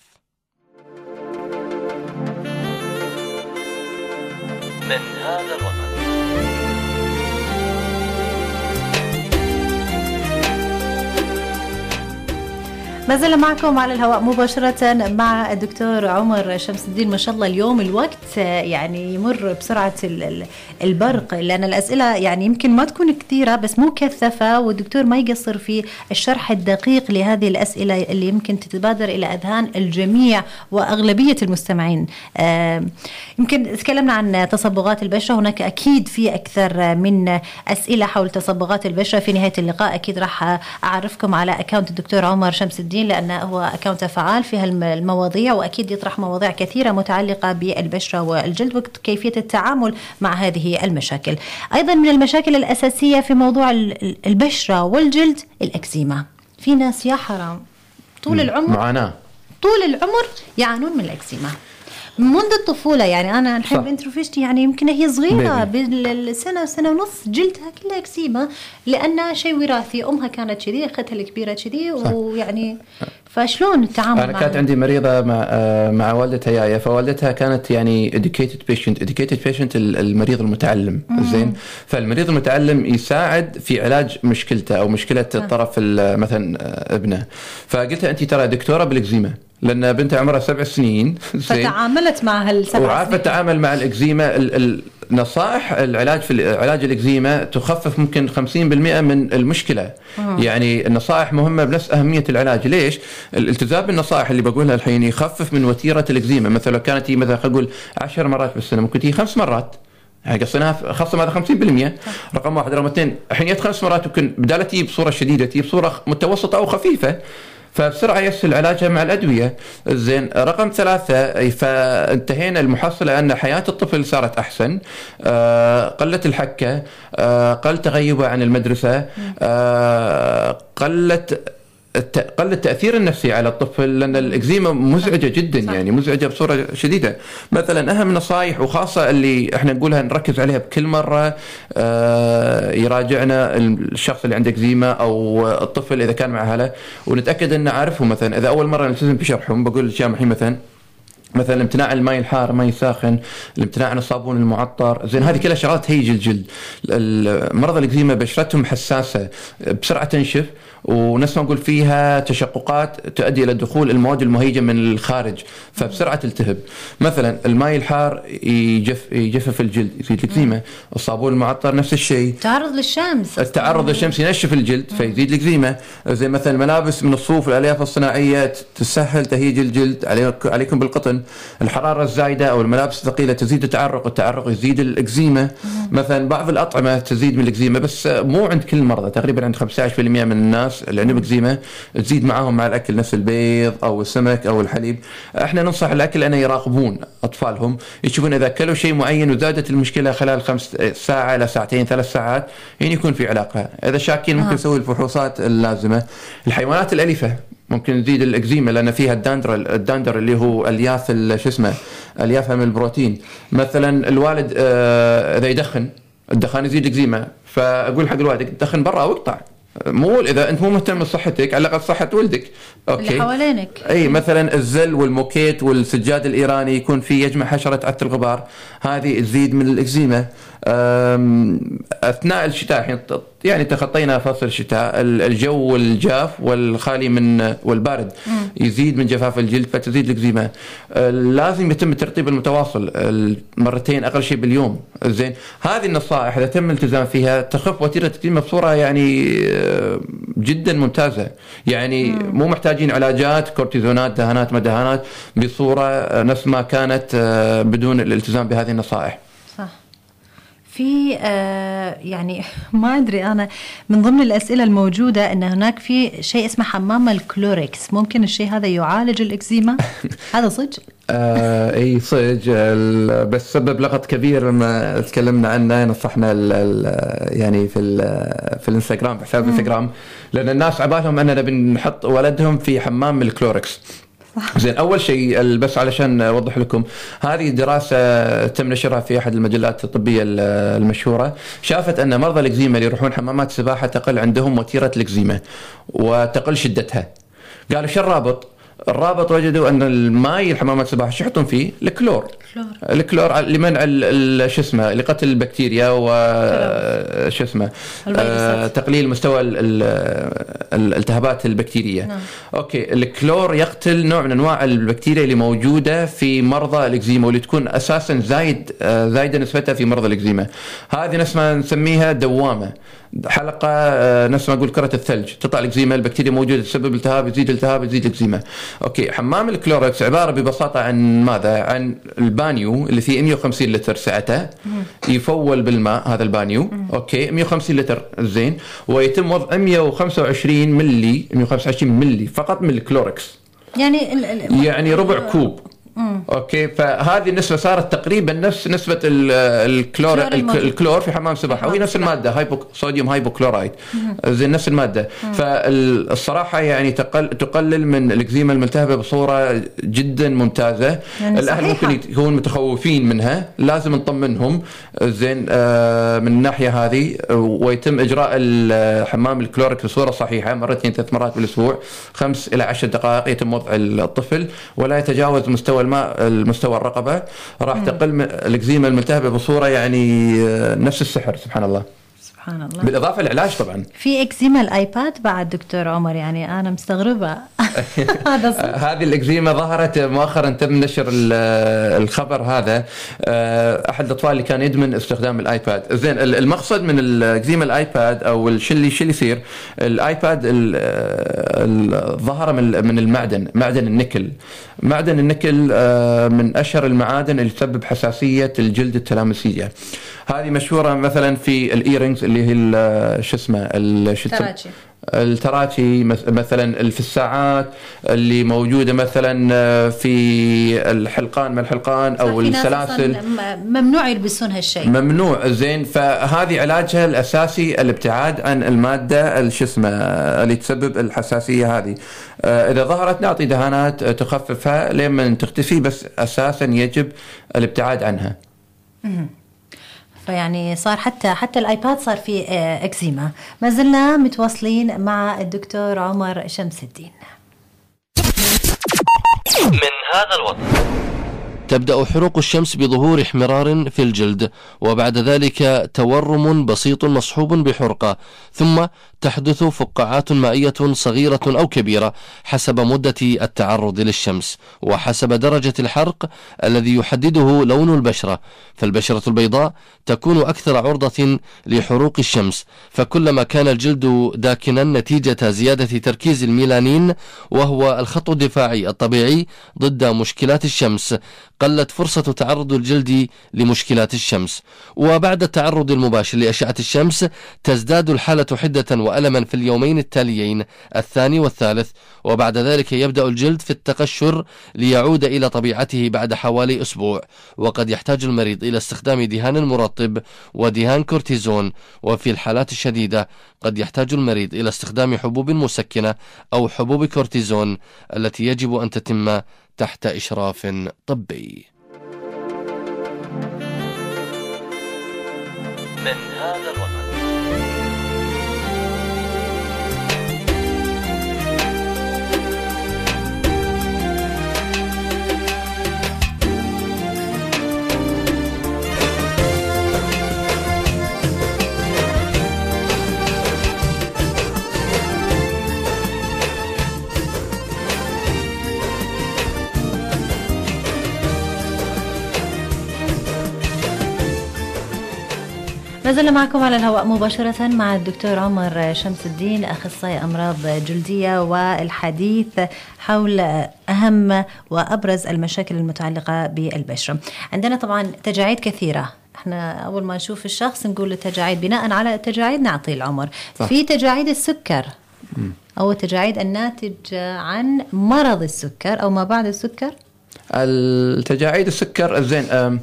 من هذا الوطن. ما زلنا معكم على الهواء مباشرة مع الدكتور عمر شمس الدين. ما شاء الله اليوم الوقت يعني يمر بسرعة البرق، لأن الأسئلة يعني يمكن ما تكون كثيرة بس مكثفة، والدكتور ما يقصر في الشرح الدقيق لهذه الأسئلة اللي يمكن تتبادر إلى أذهان الجميع وأغلبية المستمعين. يمكن تكلمنا عن تصبغات البشرة، هناك أكيد في أكثر من أسئلة حول تصبغات البشرة. في نهاية اللقاء أكيد راح أعرفكم على أكاونت الدكتور عمر شمس الدين، لأنه هو أكاونت فعال في هالمواضيع، وأكيد يطرح مواضيع كثيرة متعلقة بالبشرة والجلد وكيفية التعامل مع هذه المشاكل. أيضا من المشاكل الأساسية في موضوع البشرة والجلد الأكزيما. في ناس يا حرام طول العمر يعانون من الأكزيما منذ الطفولة. يعني أنا الحين بنت رفيجتي يعني يمكن هي صغيرة بالسنة سنة ونص جلدها كلها أكزيما، لأن شيء وراثي، أمها كانت كذي، أختها الكبيرة كذي، ويعني فشلون التعامل أنا كانت عندي مريضة مع والدتها يايا، فوالدتها كانت يعني educated patient المريض المتعلم. زين، فالمريض المتعلم يساعد في علاج مشكلته أو مشكلة طرف مثلا ابنه. فقلت أنت ترى دكتورة بالإكزيما، لأن بنتها عمرها 7 سنين، فتعاملت مع هالسبع وعارفة تتعامل مع الإكزيما. نصائح العلاج في علاج الإكزيما تخفف ممكن 50% من المشكلة. يعني النصائح مهمة بنفس أهمية العلاج. ليش؟ الالتزام بالنصائح اللي بقولها الحين يخفف من وتيرة الإكزيما. مثلا كانت هي مثلا أقول 10 مرات بالسنة، ممكن هي 5 مرات، قصيناها خاصة هذا 50%. رقم 1. رقم 2، الحين 5 مرات ممكن بدالة تجي بصورة شديدة، تجي بصورة متوسطة أو خفيفة، فبسرعة يسهل علاجها مع الأدوية. زين. رقم 3، فانتهينا المحصلة أن حياة الطفل صارت أحسن، قلت الحكة، قل تغيبه عن المدرسة، قل التأثير النفسي على الطفل، لأن الإكزيما مزعجة جدا. يعني مزعجة بصورة شديدة. مثلا أهم النصائح وخاصة اللي احنا نقولها نركز عليها بكل مرة، يراجعنا الشخص اللي عنده إكزيما أو الطفل إذا كان مع أهله، ونتأكد أن نعرفه. مثلا إذا أول مرة نلتزم بشرحهم، بقول الشام الحين مثلا امتناع الماء الحار، ماء ساخن، الامتناع عن الصابون المعطر. زين، هذه كلها شغلات هيج الجلد. مرضى الإكزيما بشرتهم حساسة، بسرعة تنشف، ونفس ما نقول فيها تشققات تؤدي إلى دخول المواد المهيجة من الخارج، فبسرعة تلتهب. مثلا الماء الحار يجفف الجلد، يزيد الإكزيما. الصابون المعطر نفس الشيء. التعرض للشمس ينشف الجلد فيزيد الإكزيما. زي مثلا الملابس من الصوف والألياف الصناعية تسهل تهيج الجلد، عليكم بالقطن. الحرارة الزايدة أو الملابس الثقيلة تزيد التعرق، والتعرق يزيد الإكزيما. مثلا بعض الأطعمة تزيد من الإكزيما، بس مو عند كل المرضى، تقريبا عند 15% من الناس اللي عندهم إكزيما تزيد معهم مع الأكل، نفس البيض أو السمك أو الحليب. احنا ننصح الأكل أن يراقبون أطفالهم، يشوفون إذا أكلوا شيء معين وزادت المشكلة خلال 5 ساعة إلى ساعتين 3 ساعات، يعني يكون في علاقة. إذا شاكين ممكن نسوي الفحوصات اللازمة. الحيوانات الأليفة ممكن تزيد الإكزيما، لأن فيها الداندر اللي هو ألياف أليافها من البروتين. مثلا الوالد إذا يدخن، الدخان يزيد الإكزيما، فأقول حق الوالد دخن برا أو اقطع. مو إذا أنت مو مهتم بصحتك، على الأقل صحة ولدك. أوكي. اللي حوالينك. أي مثلا الزل والموكيت والسجاد الإيراني يكون فيه يجمع حشرة عث الغبار، هذه تزيد من الإكزيما. أثناء الشتاء يعني تخطينا فصل الشتاء، الجو الجاف والخالي من والبارد يزيد من جفاف الجلد فتزيد الإكزيما. لازم يتم الترطيب المتواصل 2 أقل شيء باليوم. زين، هذه النصائح إذا تم الالتزام فيها تخف وتيرة الإكزيما بصورة يعني جدا ممتازة. يعني مو محتاجين علاجات، كورتيزونات، دهانات، ما دهانات، بصورة نفس ما كانت بدون الالتزام بهذه النصائح. صح. في يعني ما أدري أنا، من ضمن الأسئلة الموجودة أن هناك في شيء اسمه حمام الكلوركس، ممكن الشيء هذا يعالج الإكزيما؟ هذا صدق؟ اي صدق، بس سبب لغط كبير لما تكلمنا عنه، نصحنا يعني في الانستغرام، بحساب الانستغرام، لان الناس عبالهم اننا بنحط ولدهم في حمام الكلوركس. زين، اول شيء بس علشان اوضح لكم، هذه دراسه تم نشرها في احد المجلات الطبيه المشهوره، شافت ان مرضى الاكزيما اللي يروحون حمامات السباحه تقل عندهم وتيره الاكزيما وتقل شدتها. قالوا شو الرابط؟ الرابط وجدوا ان الماء الحمامات السباحه شو يحطون فيه؟ الكلور لمنع شو اسمه، لقتل البكتيريا وشو اسمه تقليل مستوى الالتهابات البكتيريه. اوكي، الكلور يقتل نوع من انواع البكتيريا اللي موجوده في مرضى الاكزيما، واللي تكون اساسا زايده نسبتها في مرضى الاكزيما. هذه نفس ما نسميها دوامه، حلقه، نفس ما اقول كره الثلج، تطلع الاكزيما، البكتيريا موجوده تسبب التهاب، يزيد التهاب، يزيد الاكزيما. اوكي، حمام الكلوركس عباره ببساطه عن ماذا؟ عن البانيو اللي فيه 150 لتر سعته، يفول بالماء هذا البانيو، اوكي، 150 لتر، زين، ويتم وضع 125 ملي فقط من الكلوركس، يعني ربع كوب. اوكي، فهذه النسبه صارت تقريبا نفس نسبه الكلور في حمام السباحه، وهي نفس الماده، صوديوم هايبوكلورايد، زي نفس الماده. فالصراحه يعني تقلل من الاكزيما الملتهبه بصوره جدا ممتازه. يعني الاهل ممكن يكونوا متخوفين منها، لازم نطمنهم زين من الناحيه هذه، ويتم اجراء حمام الكلوركس بصوره صحيحه 2-3 مرات بالاسبوع، 5 إلى 10 دقائق يتم وضع الطفل، ولا يتجاوز مستوى المستوى الرقبة. راح تقل الإكزيما الملتهبة بصورة يعني نفس السحر، سبحان الله. سبحان الله. بالإضافة للعلاج طبعا. في إكزيما الآيباد بعد دكتور عمر، يعني أنا مستغربة. هذه الإكزيما ظهرت مؤخرا، تم نشر الخبر هذا، أحد الأطفال اللي كان يدمن استخدام الآيباد. زين، المقصد من الإكزيما الآيباد أو شو اللي يصير، الآيباد ظهر من المعدن، معدن النيكل. معدن النيكل من أشهر المعادن اللي تسبب حساسية الجلد التلامسية. هذه مشهورة مثلا في الإيرينجز اللي هي شو اسمه التراتي مثلا، في الساعات اللي موجودة مثلا في الحلقان، من الحلقان أو السلاسل، ممنوع يلبسون هالشيء، ممنوع. زين، فهذه علاجها الأساسي الابتعاد عن المادة شو اسمه اللي تسبب الحساسية هذه. إذا ظهرت نعطي دهانات تخففها لمن تختفي، بس أساسا يجب الابتعاد عنها. فيعني صار حتى الآيباد صار فيه إكزيما. ما زلنا متواصلين مع الدكتور عمر شمس الدين. من هذا الوضع تبدأ حروق الشمس بظهور احمرار في الجلد، وبعد ذلك تورم بسيط مصحوب بحرقة، ثم تحدث فقاعات مائية صغيرة أو كبيرة حسب مدة التعرض للشمس وحسب درجة الحرق الذي يحدده لون البشرة. فالبشرة البيضاء تكون أكثر عرضة لحروق الشمس، فكلما كان الجلد داكنا نتيجة زيادة تركيز الميلانين، وهو الخط الدفاعي الطبيعي ضد مشكلات الشمس، قلت فرصة تعرض الجلد لمشكلات الشمس. وبعد التعرض المباشر لأشعة الشمس تزداد الحالة حدة وألما في اليومين التاليين، الثاني والثالث، وبعد ذلك يبدأ الجلد في التقشر ليعود إلى طبيعته بعد حوالي أسبوع. وقد يحتاج المريض إلى استخدام دهان مرطب ودهان كورتيزون، وفي الحالات الشديدة قد يحتاج المريض إلى استخدام حبوب مسكنة أو حبوب كورتيزون التي يجب أن تتم تحت إشراف طبي. من هذا الوطن. ما زلنا معكم على الهواء مباشرة مع الدكتور عمر شمس الدين، أخصائي أمراض جلدية، والحديث حول أهم وأبرز المشاكل المتعلقة بالبشرة. عندنا طبعا تجاعيد كثيرة، احنا أول ما نشوف الشخص نقول التجاعيد، بناء على التجاعيد نعطي العمر. صح. في تجاعيد السكر أو التجاعيد الناتج عن مرض السكر أو ما بعد السكر. التجاعيد السكر زين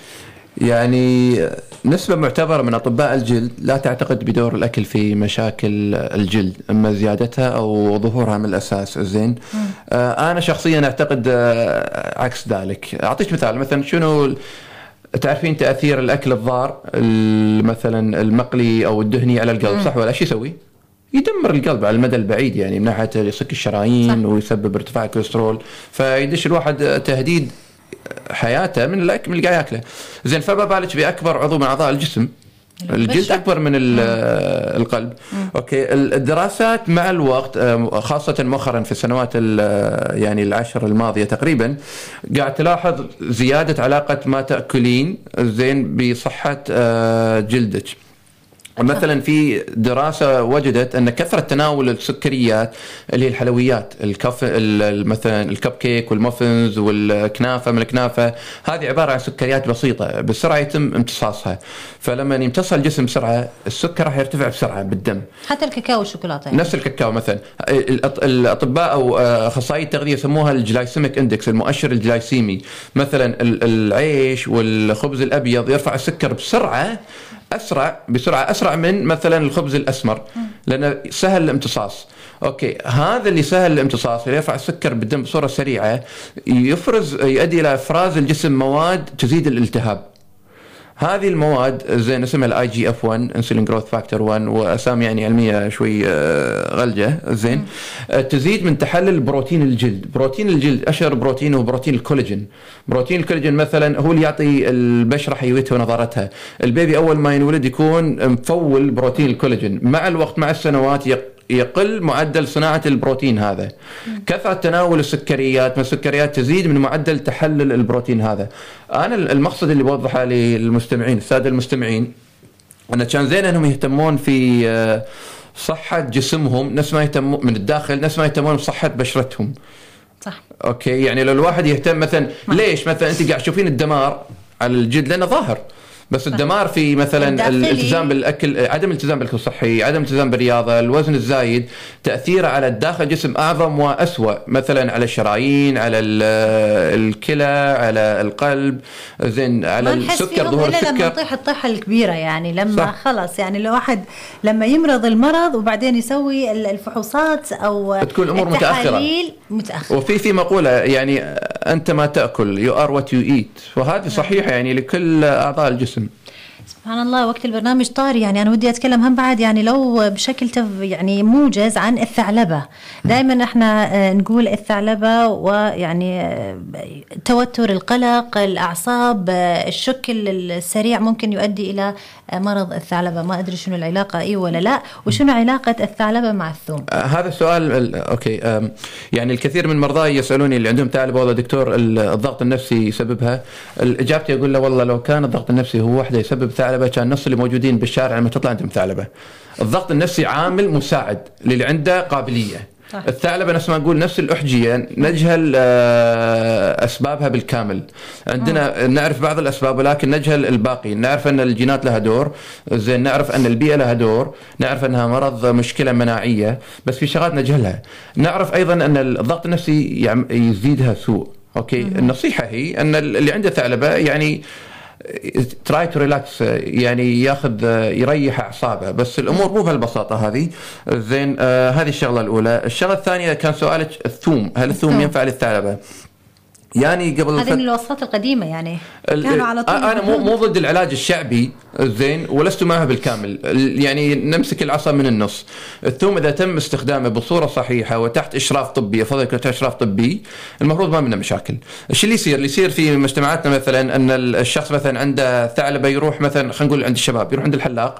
يعني نسبة معتبرة من أطباء الجلد لا تعتقد بدور الأكل في مشاكل الجلد، إما زيادتها أو ظهورها من الأساس. زين أنا شخصيا أعتقد عكس ذلك. أعطيك مثلا شنو تعرفين تأثير الأكل الضار مثلا المقلي أو الدهني على القلب، صح ولا؟ شو يسوي؟ يدمر القلب على المدى البعيد، يعني من ناحية يصك الشرايين. صح. ويسبب ارتفاع الكوليسترول، فيدش الواحد تهديد حياته من الأكل اللي قاعد ياكله. زين فما بالك بأكبر عضو من أعضاء الجسم، الجلد أكبر من القلب. أوكي، الدراسات مع الوقت خاصة مؤخرا في السنوات يعني العشر الماضية تقريبا قاعد تلاحظ زيادة علاقة ما تأكلين زين بصحة جلدك. مثلا في دراسة وجدت أن كثرة تناول السكريات اللي هي الحلويات، مثلا الكب كيك والموفنز والكنافة، من الكنافة هذه عبارة عن سكريات بسيطة بسرعة يتم امتصاصها، فلما يمتص الجسم بسرعة السكر راح يرتفع بسرعة بالدم. حتى الكاكاو والشوكولاتة نفس الكاكاو مثلا. الأطباء أو أخصائي التغذية يسموها الجلايسيميك اندكس، المؤشر الجلايسيمي. مثلا العيش والخبز الأبيض يرفع السكر بسرعة أسرع من مثلا الخبز الأسمر، لأنه سهل الامتصاص. أوكي، هذا اللي سهل الامتصاص اللي يرفع السكر بالدم بصورة سريعة يؤدي إلى إفراز الجسم مواد تزيد الالتهاب. هذه المواد زين اسمها الاي جي اف 1 انسولين جروث فاكتور 1، واسامي يعني علميه شوي غلجه. زين تزيد من تحلل بروتين الجلد. بروتين الجلد اشهر بروتين هو بروتين الكولاجين. بروتين الكولاجين مثلا هو اللي يعطي البشره حيويتها ونضارتها. البيبي اول ما ينولد يكون مفول بروتين الكولاجين، مع الوقت مع السنوات يقل معدل صناعة البروتين هذا. كثرة تناول السكريات، ما السكريات تزيد من معدل تحلل البروتين هذا. أنا المقصد اللي بوضحه للمستمعين، السادة المستمعين، أن كان زين أنهم يهتمون في صحة جسمهم نفس ما يهتمون من الداخل، نفس ما يهتمون بصحة بشرتهم. صح. أوكي، يعني لو الواحد يهتم مثلا ليش مثلا أنت قاعد تشوفين الدمار على الجلد لأنه ظاهر، بس الدمار في مثلا الالتزام بالاكل، عدم الالتزام بالاكل الصحي، عدم الالتزام بالرياضه، الوزن الزايد، تاثيره على الداخل الجسم اعظم واسوأ، مثلا على الشرايين، على الكلى، على القلب، زين على السكر، ظهور السكر. لما تطيح الطيحه الكبيره، يعني لما صح. خلص يعني الواحد لما يمرض المرض وبعدين يسوي الفحوصات او تكون الامور متاخره. وفي مقوله يعني انت ما تاكل، you are what you eat، وهذه صحيحه يعني لكل اعضاء الجسم. سبحان الله، وقت البرنامج طاري، يعني أنا ودي أتكلم هم بعد يعني لو بشكل يعني موجز عن الثعلبة. دائما احنا نقول الثعلبة، ويعني توتر، القلق، الأعصاب، الشك السريع ممكن يؤدي إلى مرض الثعلبة. ما أدري شنو العلاقة، إيه ولا لا، وشنو علاقة الثعلبة مع الثوم؟ هذا السؤال أوكي. يعني الكثير من مرضاي يسألوني اللي عندهم ثعلبة، والله دكتور الضغط النفسي يسببها. إجابتي أقول له والله لو كان الضغط النفسي هو وحده يسبب ثعلبة كان النص اللي موجودين بالشارع لما تطلع عندهم ثعلبة. الضغط النفسي عامل مساعد للي عنده قابلية. صح. الثعلبة نفس ما نقول نفس الأحجية نجهل أسبابها بالكامل. عندنا نعرف بعض الأسباب ولكن نجهل الباقي. نعرف أن الجينات لها دور، زين نعرف أن البيئة لها دور، نعرف أنها مرض مشكلة مناعية، بس في شغلات نجهلها. نعرف أيضا أن الضغط النفسي يزيدها سوء. أوكي، النصيحة هي أن اللي عنده ثعلبة يعني try to relax، يعني يريح أعصابه، بس الأمور مو بهالبساطة هذه. زين هذه الشغلة الأولى. الشغلة الثانية كان سؤالك الثوم، هل الثوم ينفع للثعلبة؟ يعني قبل هذه من الوصفات القديمة، يعني كانوا على طول. أنا مو ضد العلاج الشعبي، زين، ولست معه بالكامل، يعني نمسك العصا من النص. الثوم إذا تم استخدامه بصورة صحيحة وتحت إشراف طبي، أفضل تحت إشراف طبي، المفروض ما منه مشاكل. الشيء اللي يصير في مجتمعاتنا مثلا أن الشخص مثلا عنده ثعلبة يروح مثلا، خلينا نقول عند الشباب، يروح عند الحلاق،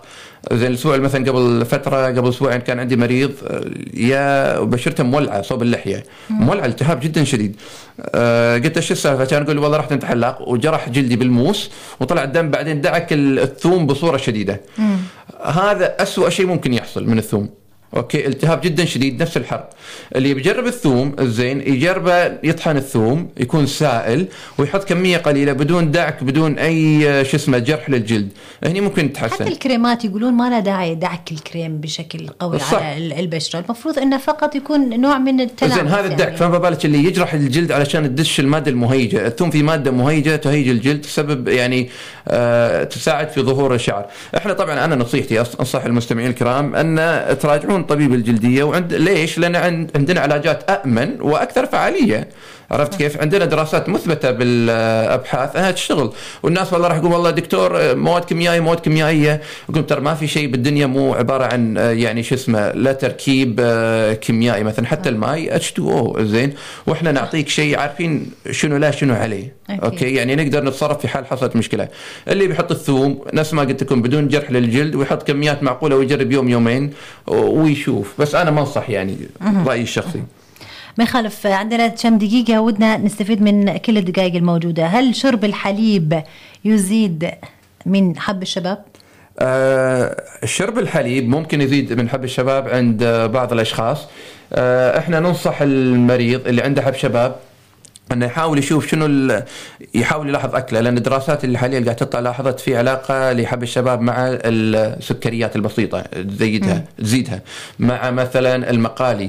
زين الاسبوع مثلا قبل فتره، قبل اسبوعين كان عندي مريض يا بشرته مولعه صوب اللحيه، مولعه التهاب جدا شديد. قلت ايش السالفه؟ كان يقول والله رحت عند حلاق وجرح جلدي بالموس وطلع الدم، بعدين دعك الثوم بصوره شديده. هذا أسوأ شيء ممكن يحصل من الثوم. اوكي، التهاب جدا شديد نفس الحرق. اللي بيجرب الثوم الزين يجربه يطحن الثوم يكون سائل ويحط كميه قليله بدون دعك بدون اي شو اسمه جرح للجلد، هني ممكن تحسن. حتى الكريمات يقولون ما له داعي دعك الكريم بشكل قوي صح. على البشره، المفروض انه فقط يكون نوع من التناعم. زين هذا الدعك يعني. فما بالك اللي يجرح الجلد علشان تدش الماده المهيجه، الثوم في ماده مهيجه تهيج الجلد تسبب يعني تساعد في ظهور الشعر. احنا طبعا انا نصيحتي انصح المستمعين الكرام ان تراجعون طبيب الجلديه، ليش؟ لان عندنا علاجات أأمن وأكثر فعالية. عرفت كيف؟ عندنا دراسات مثبتة بالأبحاث أنها تشتغل، والناس والله راح يقول والله دكتور مواد كيميائية، يقول ترى ما في شيء بالدنيا مو عبارة عن يعني شو اسمه لا تركيب كيميائي، مثلا حتى الماء H2O زين، واحنا نعطيك شيء عارفين شنو لا شنو عليه. أوكي يعني نقدر نتصرف في حال حصلت مشكلة. اللي بيحط الثوم نفس ما قلت لكم بدون جرح للجلد ويحط كميات معقولة ويجرب يوم يومين ويشوف، بس أنا ما أنصح يعني رأيي الشخصي. ما يخالف. عندنا كم دقيقة ودنا نستفيد من كل الدقائق الموجودة. هل شرب الحليب يزيد من حب الشباب؟ شرب الحليب ممكن يزيد من حب الشباب عند بعض الأشخاص. احنا ننصح المريض اللي عنده حب شباب انه يحاول يشوف شنو يحاول يلاحظ اكله، لان الدراسات اللي حاليا قاعده تطلع لاحظت في علاقه لحب الشباب مع السكريات البسيطه تزيدها مع مثلا المقالي،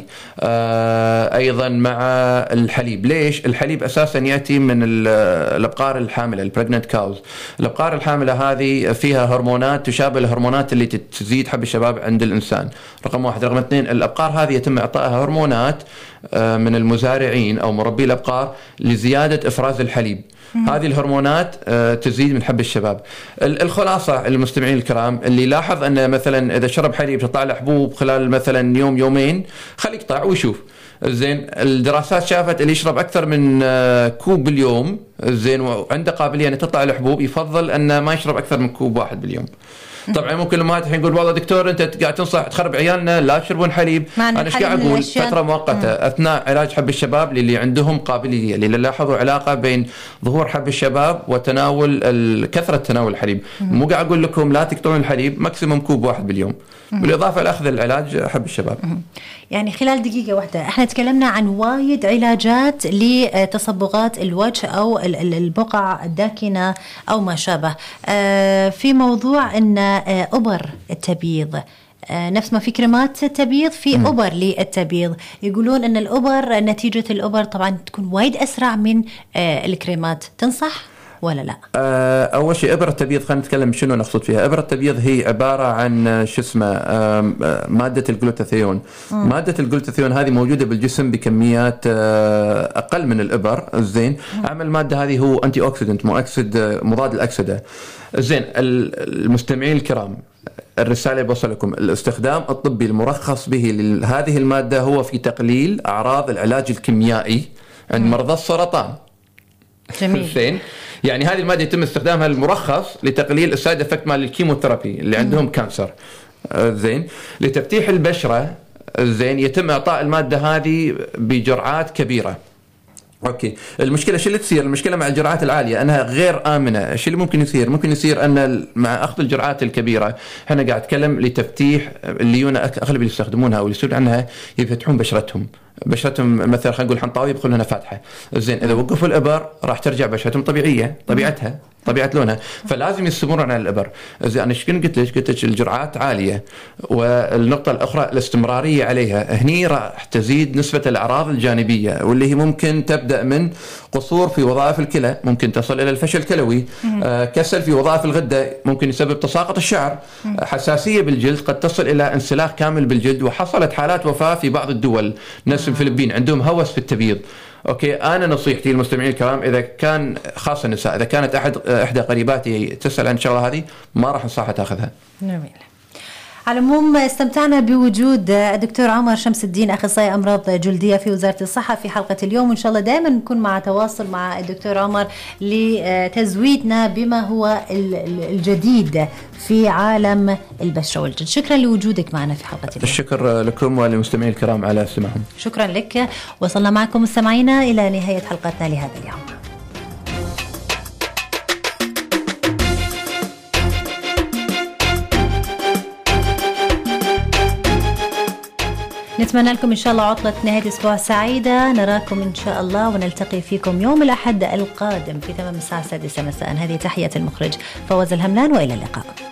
ايضا مع الحليب. ليش؟ الحليب اساسا ياتي من الابقار الحامله، البريجننت كاوز. الابقار الحامله هذه فيها هرمونات تشابه الهرمونات اللي تزيد حب الشباب عند الانسان، رقم واحد. رقم اثنين، الابقار هذه يتم اعطائها هرمونات من المزارعين او مربي الابقار لزياده افراز الحليب. هذه الهرمونات تزيد من حب الشباب. الخلاصه المستمعين الكرام، اللي لاحظ ان مثلا اذا شرب حليب تطلع له حبوب خلال مثلا يوم يومين، خليه يقطع ويشوف. زين الدراسات شافت اللي يشرب اكثر من كوب باليوم زين وعنده قابليه ان تطلع له حبوب، يفضل ان ما يشرب اكثر من كوب واحد باليوم. طبعا ممكن الامهات الحين يقول والله دكتور انت قاعد تنصح تخرب عيالنا لا يشربون حليب. انا ايش قاعد اقول؟ فتره مؤقته اثناء علاج حب الشباب للي عندهم قابليه، اللي لاحظوا علاقه بين ظهور حب الشباب وتناول كثره تناول الحليب. مو قاعد اقول لكم لا تقطعون الحليب، ماكسيموم كوب واحد باليوم، بالاضافه لاخذ العلاج حب الشباب. يعني خلال دقيقه واحده احنا تكلمنا عن وايد علاجات لتصبغات الوجه او البقع الداكنه او ما شابه. في موضوع ان ابر التبييض، نفس ما في كريمات تبييض في ابر للتبييض، يقولون ان الابر نتيجه الابر طبعا تكون وايد اسرع من الكريمات، تنصح ولا لا؟ اول شيء ابره التبييض خلينا نتكلم شنو نقصد فيها. ابره التبييض هي عباره عن شو اسمه ماده الجلوتاثيون. ماده الجلوتاثيون هذه موجوده بالجسم بكميات اقل من الابر. زين عمل الماده هذه هو انتي اوكسيدنت، مؤكسد مضاد الاكسده. زين المستمعين الكرام، الرسالة بوصل لكم، الاستخدام الطبي المرخص به لهذه المادة هو في تقليل أعراض العلاج الكيميائي عند مرضى السرطان. جميل. زين يعني هذه المادة يتم استخدامها المرخص لتقليل السايد افكت مال الكيموثيرابي اللي عندهم كانسر. زين لتفتيح البشرة زين يتم إعطاء المادة هذه بجرعات كبيرة. اوكي المشكله شو اللي تصير؟ المشكله مع الجرعات العاليه انها غير امنه. الشيء اللي ممكن يصير ان مع اخذ الجرعات الكبيره، احنا قاعد نتكلم لتفتيح اللي اغلب اللي يستخدمونها او اللي يسوون عنها يفتحون بشرتهم مثلا خلينا نقول حنطاوي يدخل لنا فاتحه. زين اذا وقفوا الابر راح ترجع بشرتهم طبيعه لونها، فلازم يستمرون على الابر. زين انا ايش قلت لك الجرعات عاليه، والنقطه الاخرى الاستمراريه عليها. هني راح تزيد نسبه الاعراض الجانبيه واللي هي ممكن تبدا من قصور في وظائف الكلى، ممكن تصل الى الفشل الكلوي، كسل في وظائف الغده، ممكن يسبب تساقط الشعر، حساسيه بالجلد قد تصل الى انسلاخ كامل بالجلد، وحصلت حالات وفاه في بعض الدول نفس الفلبين عندهم هوس في التبييض. اوكي انا نصيحتي للمستمعين الكرام، اذا كان خاصه النساء، اذا كانت احدى قريباتي تسال عن الشغله هذه ما راح انصحها تاخذها. جميل. على العموم استمتعنا بوجود الدكتور عمر شمس الدين، أخصائي أمراض جلدية في وزارة الصحة في حلقة اليوم، وإن شاء الله دائما نكون مع تواصل مع الدكتور عمر لتزويدنا بما هو الجديد في عالم البشرة والجلد. شكرا لوجودك معنا في حلقة اليوم. الشكر لكم وللمستمعين الكرام على استماعهم. شكرا لك. وصلنا معكم مستمعينا إلى نهاية حلقتنا لهذا اليوم. نتمنى لكم إن شاء الله عطلة نهاية أسبوع سعيدة. نراكم إن شاء الله ونلتقي فيكم يوم الأحد القادم في تمام الساعة 6 مساء. هذه تحية المخرج فواز الهملان، وإلى اللقاء.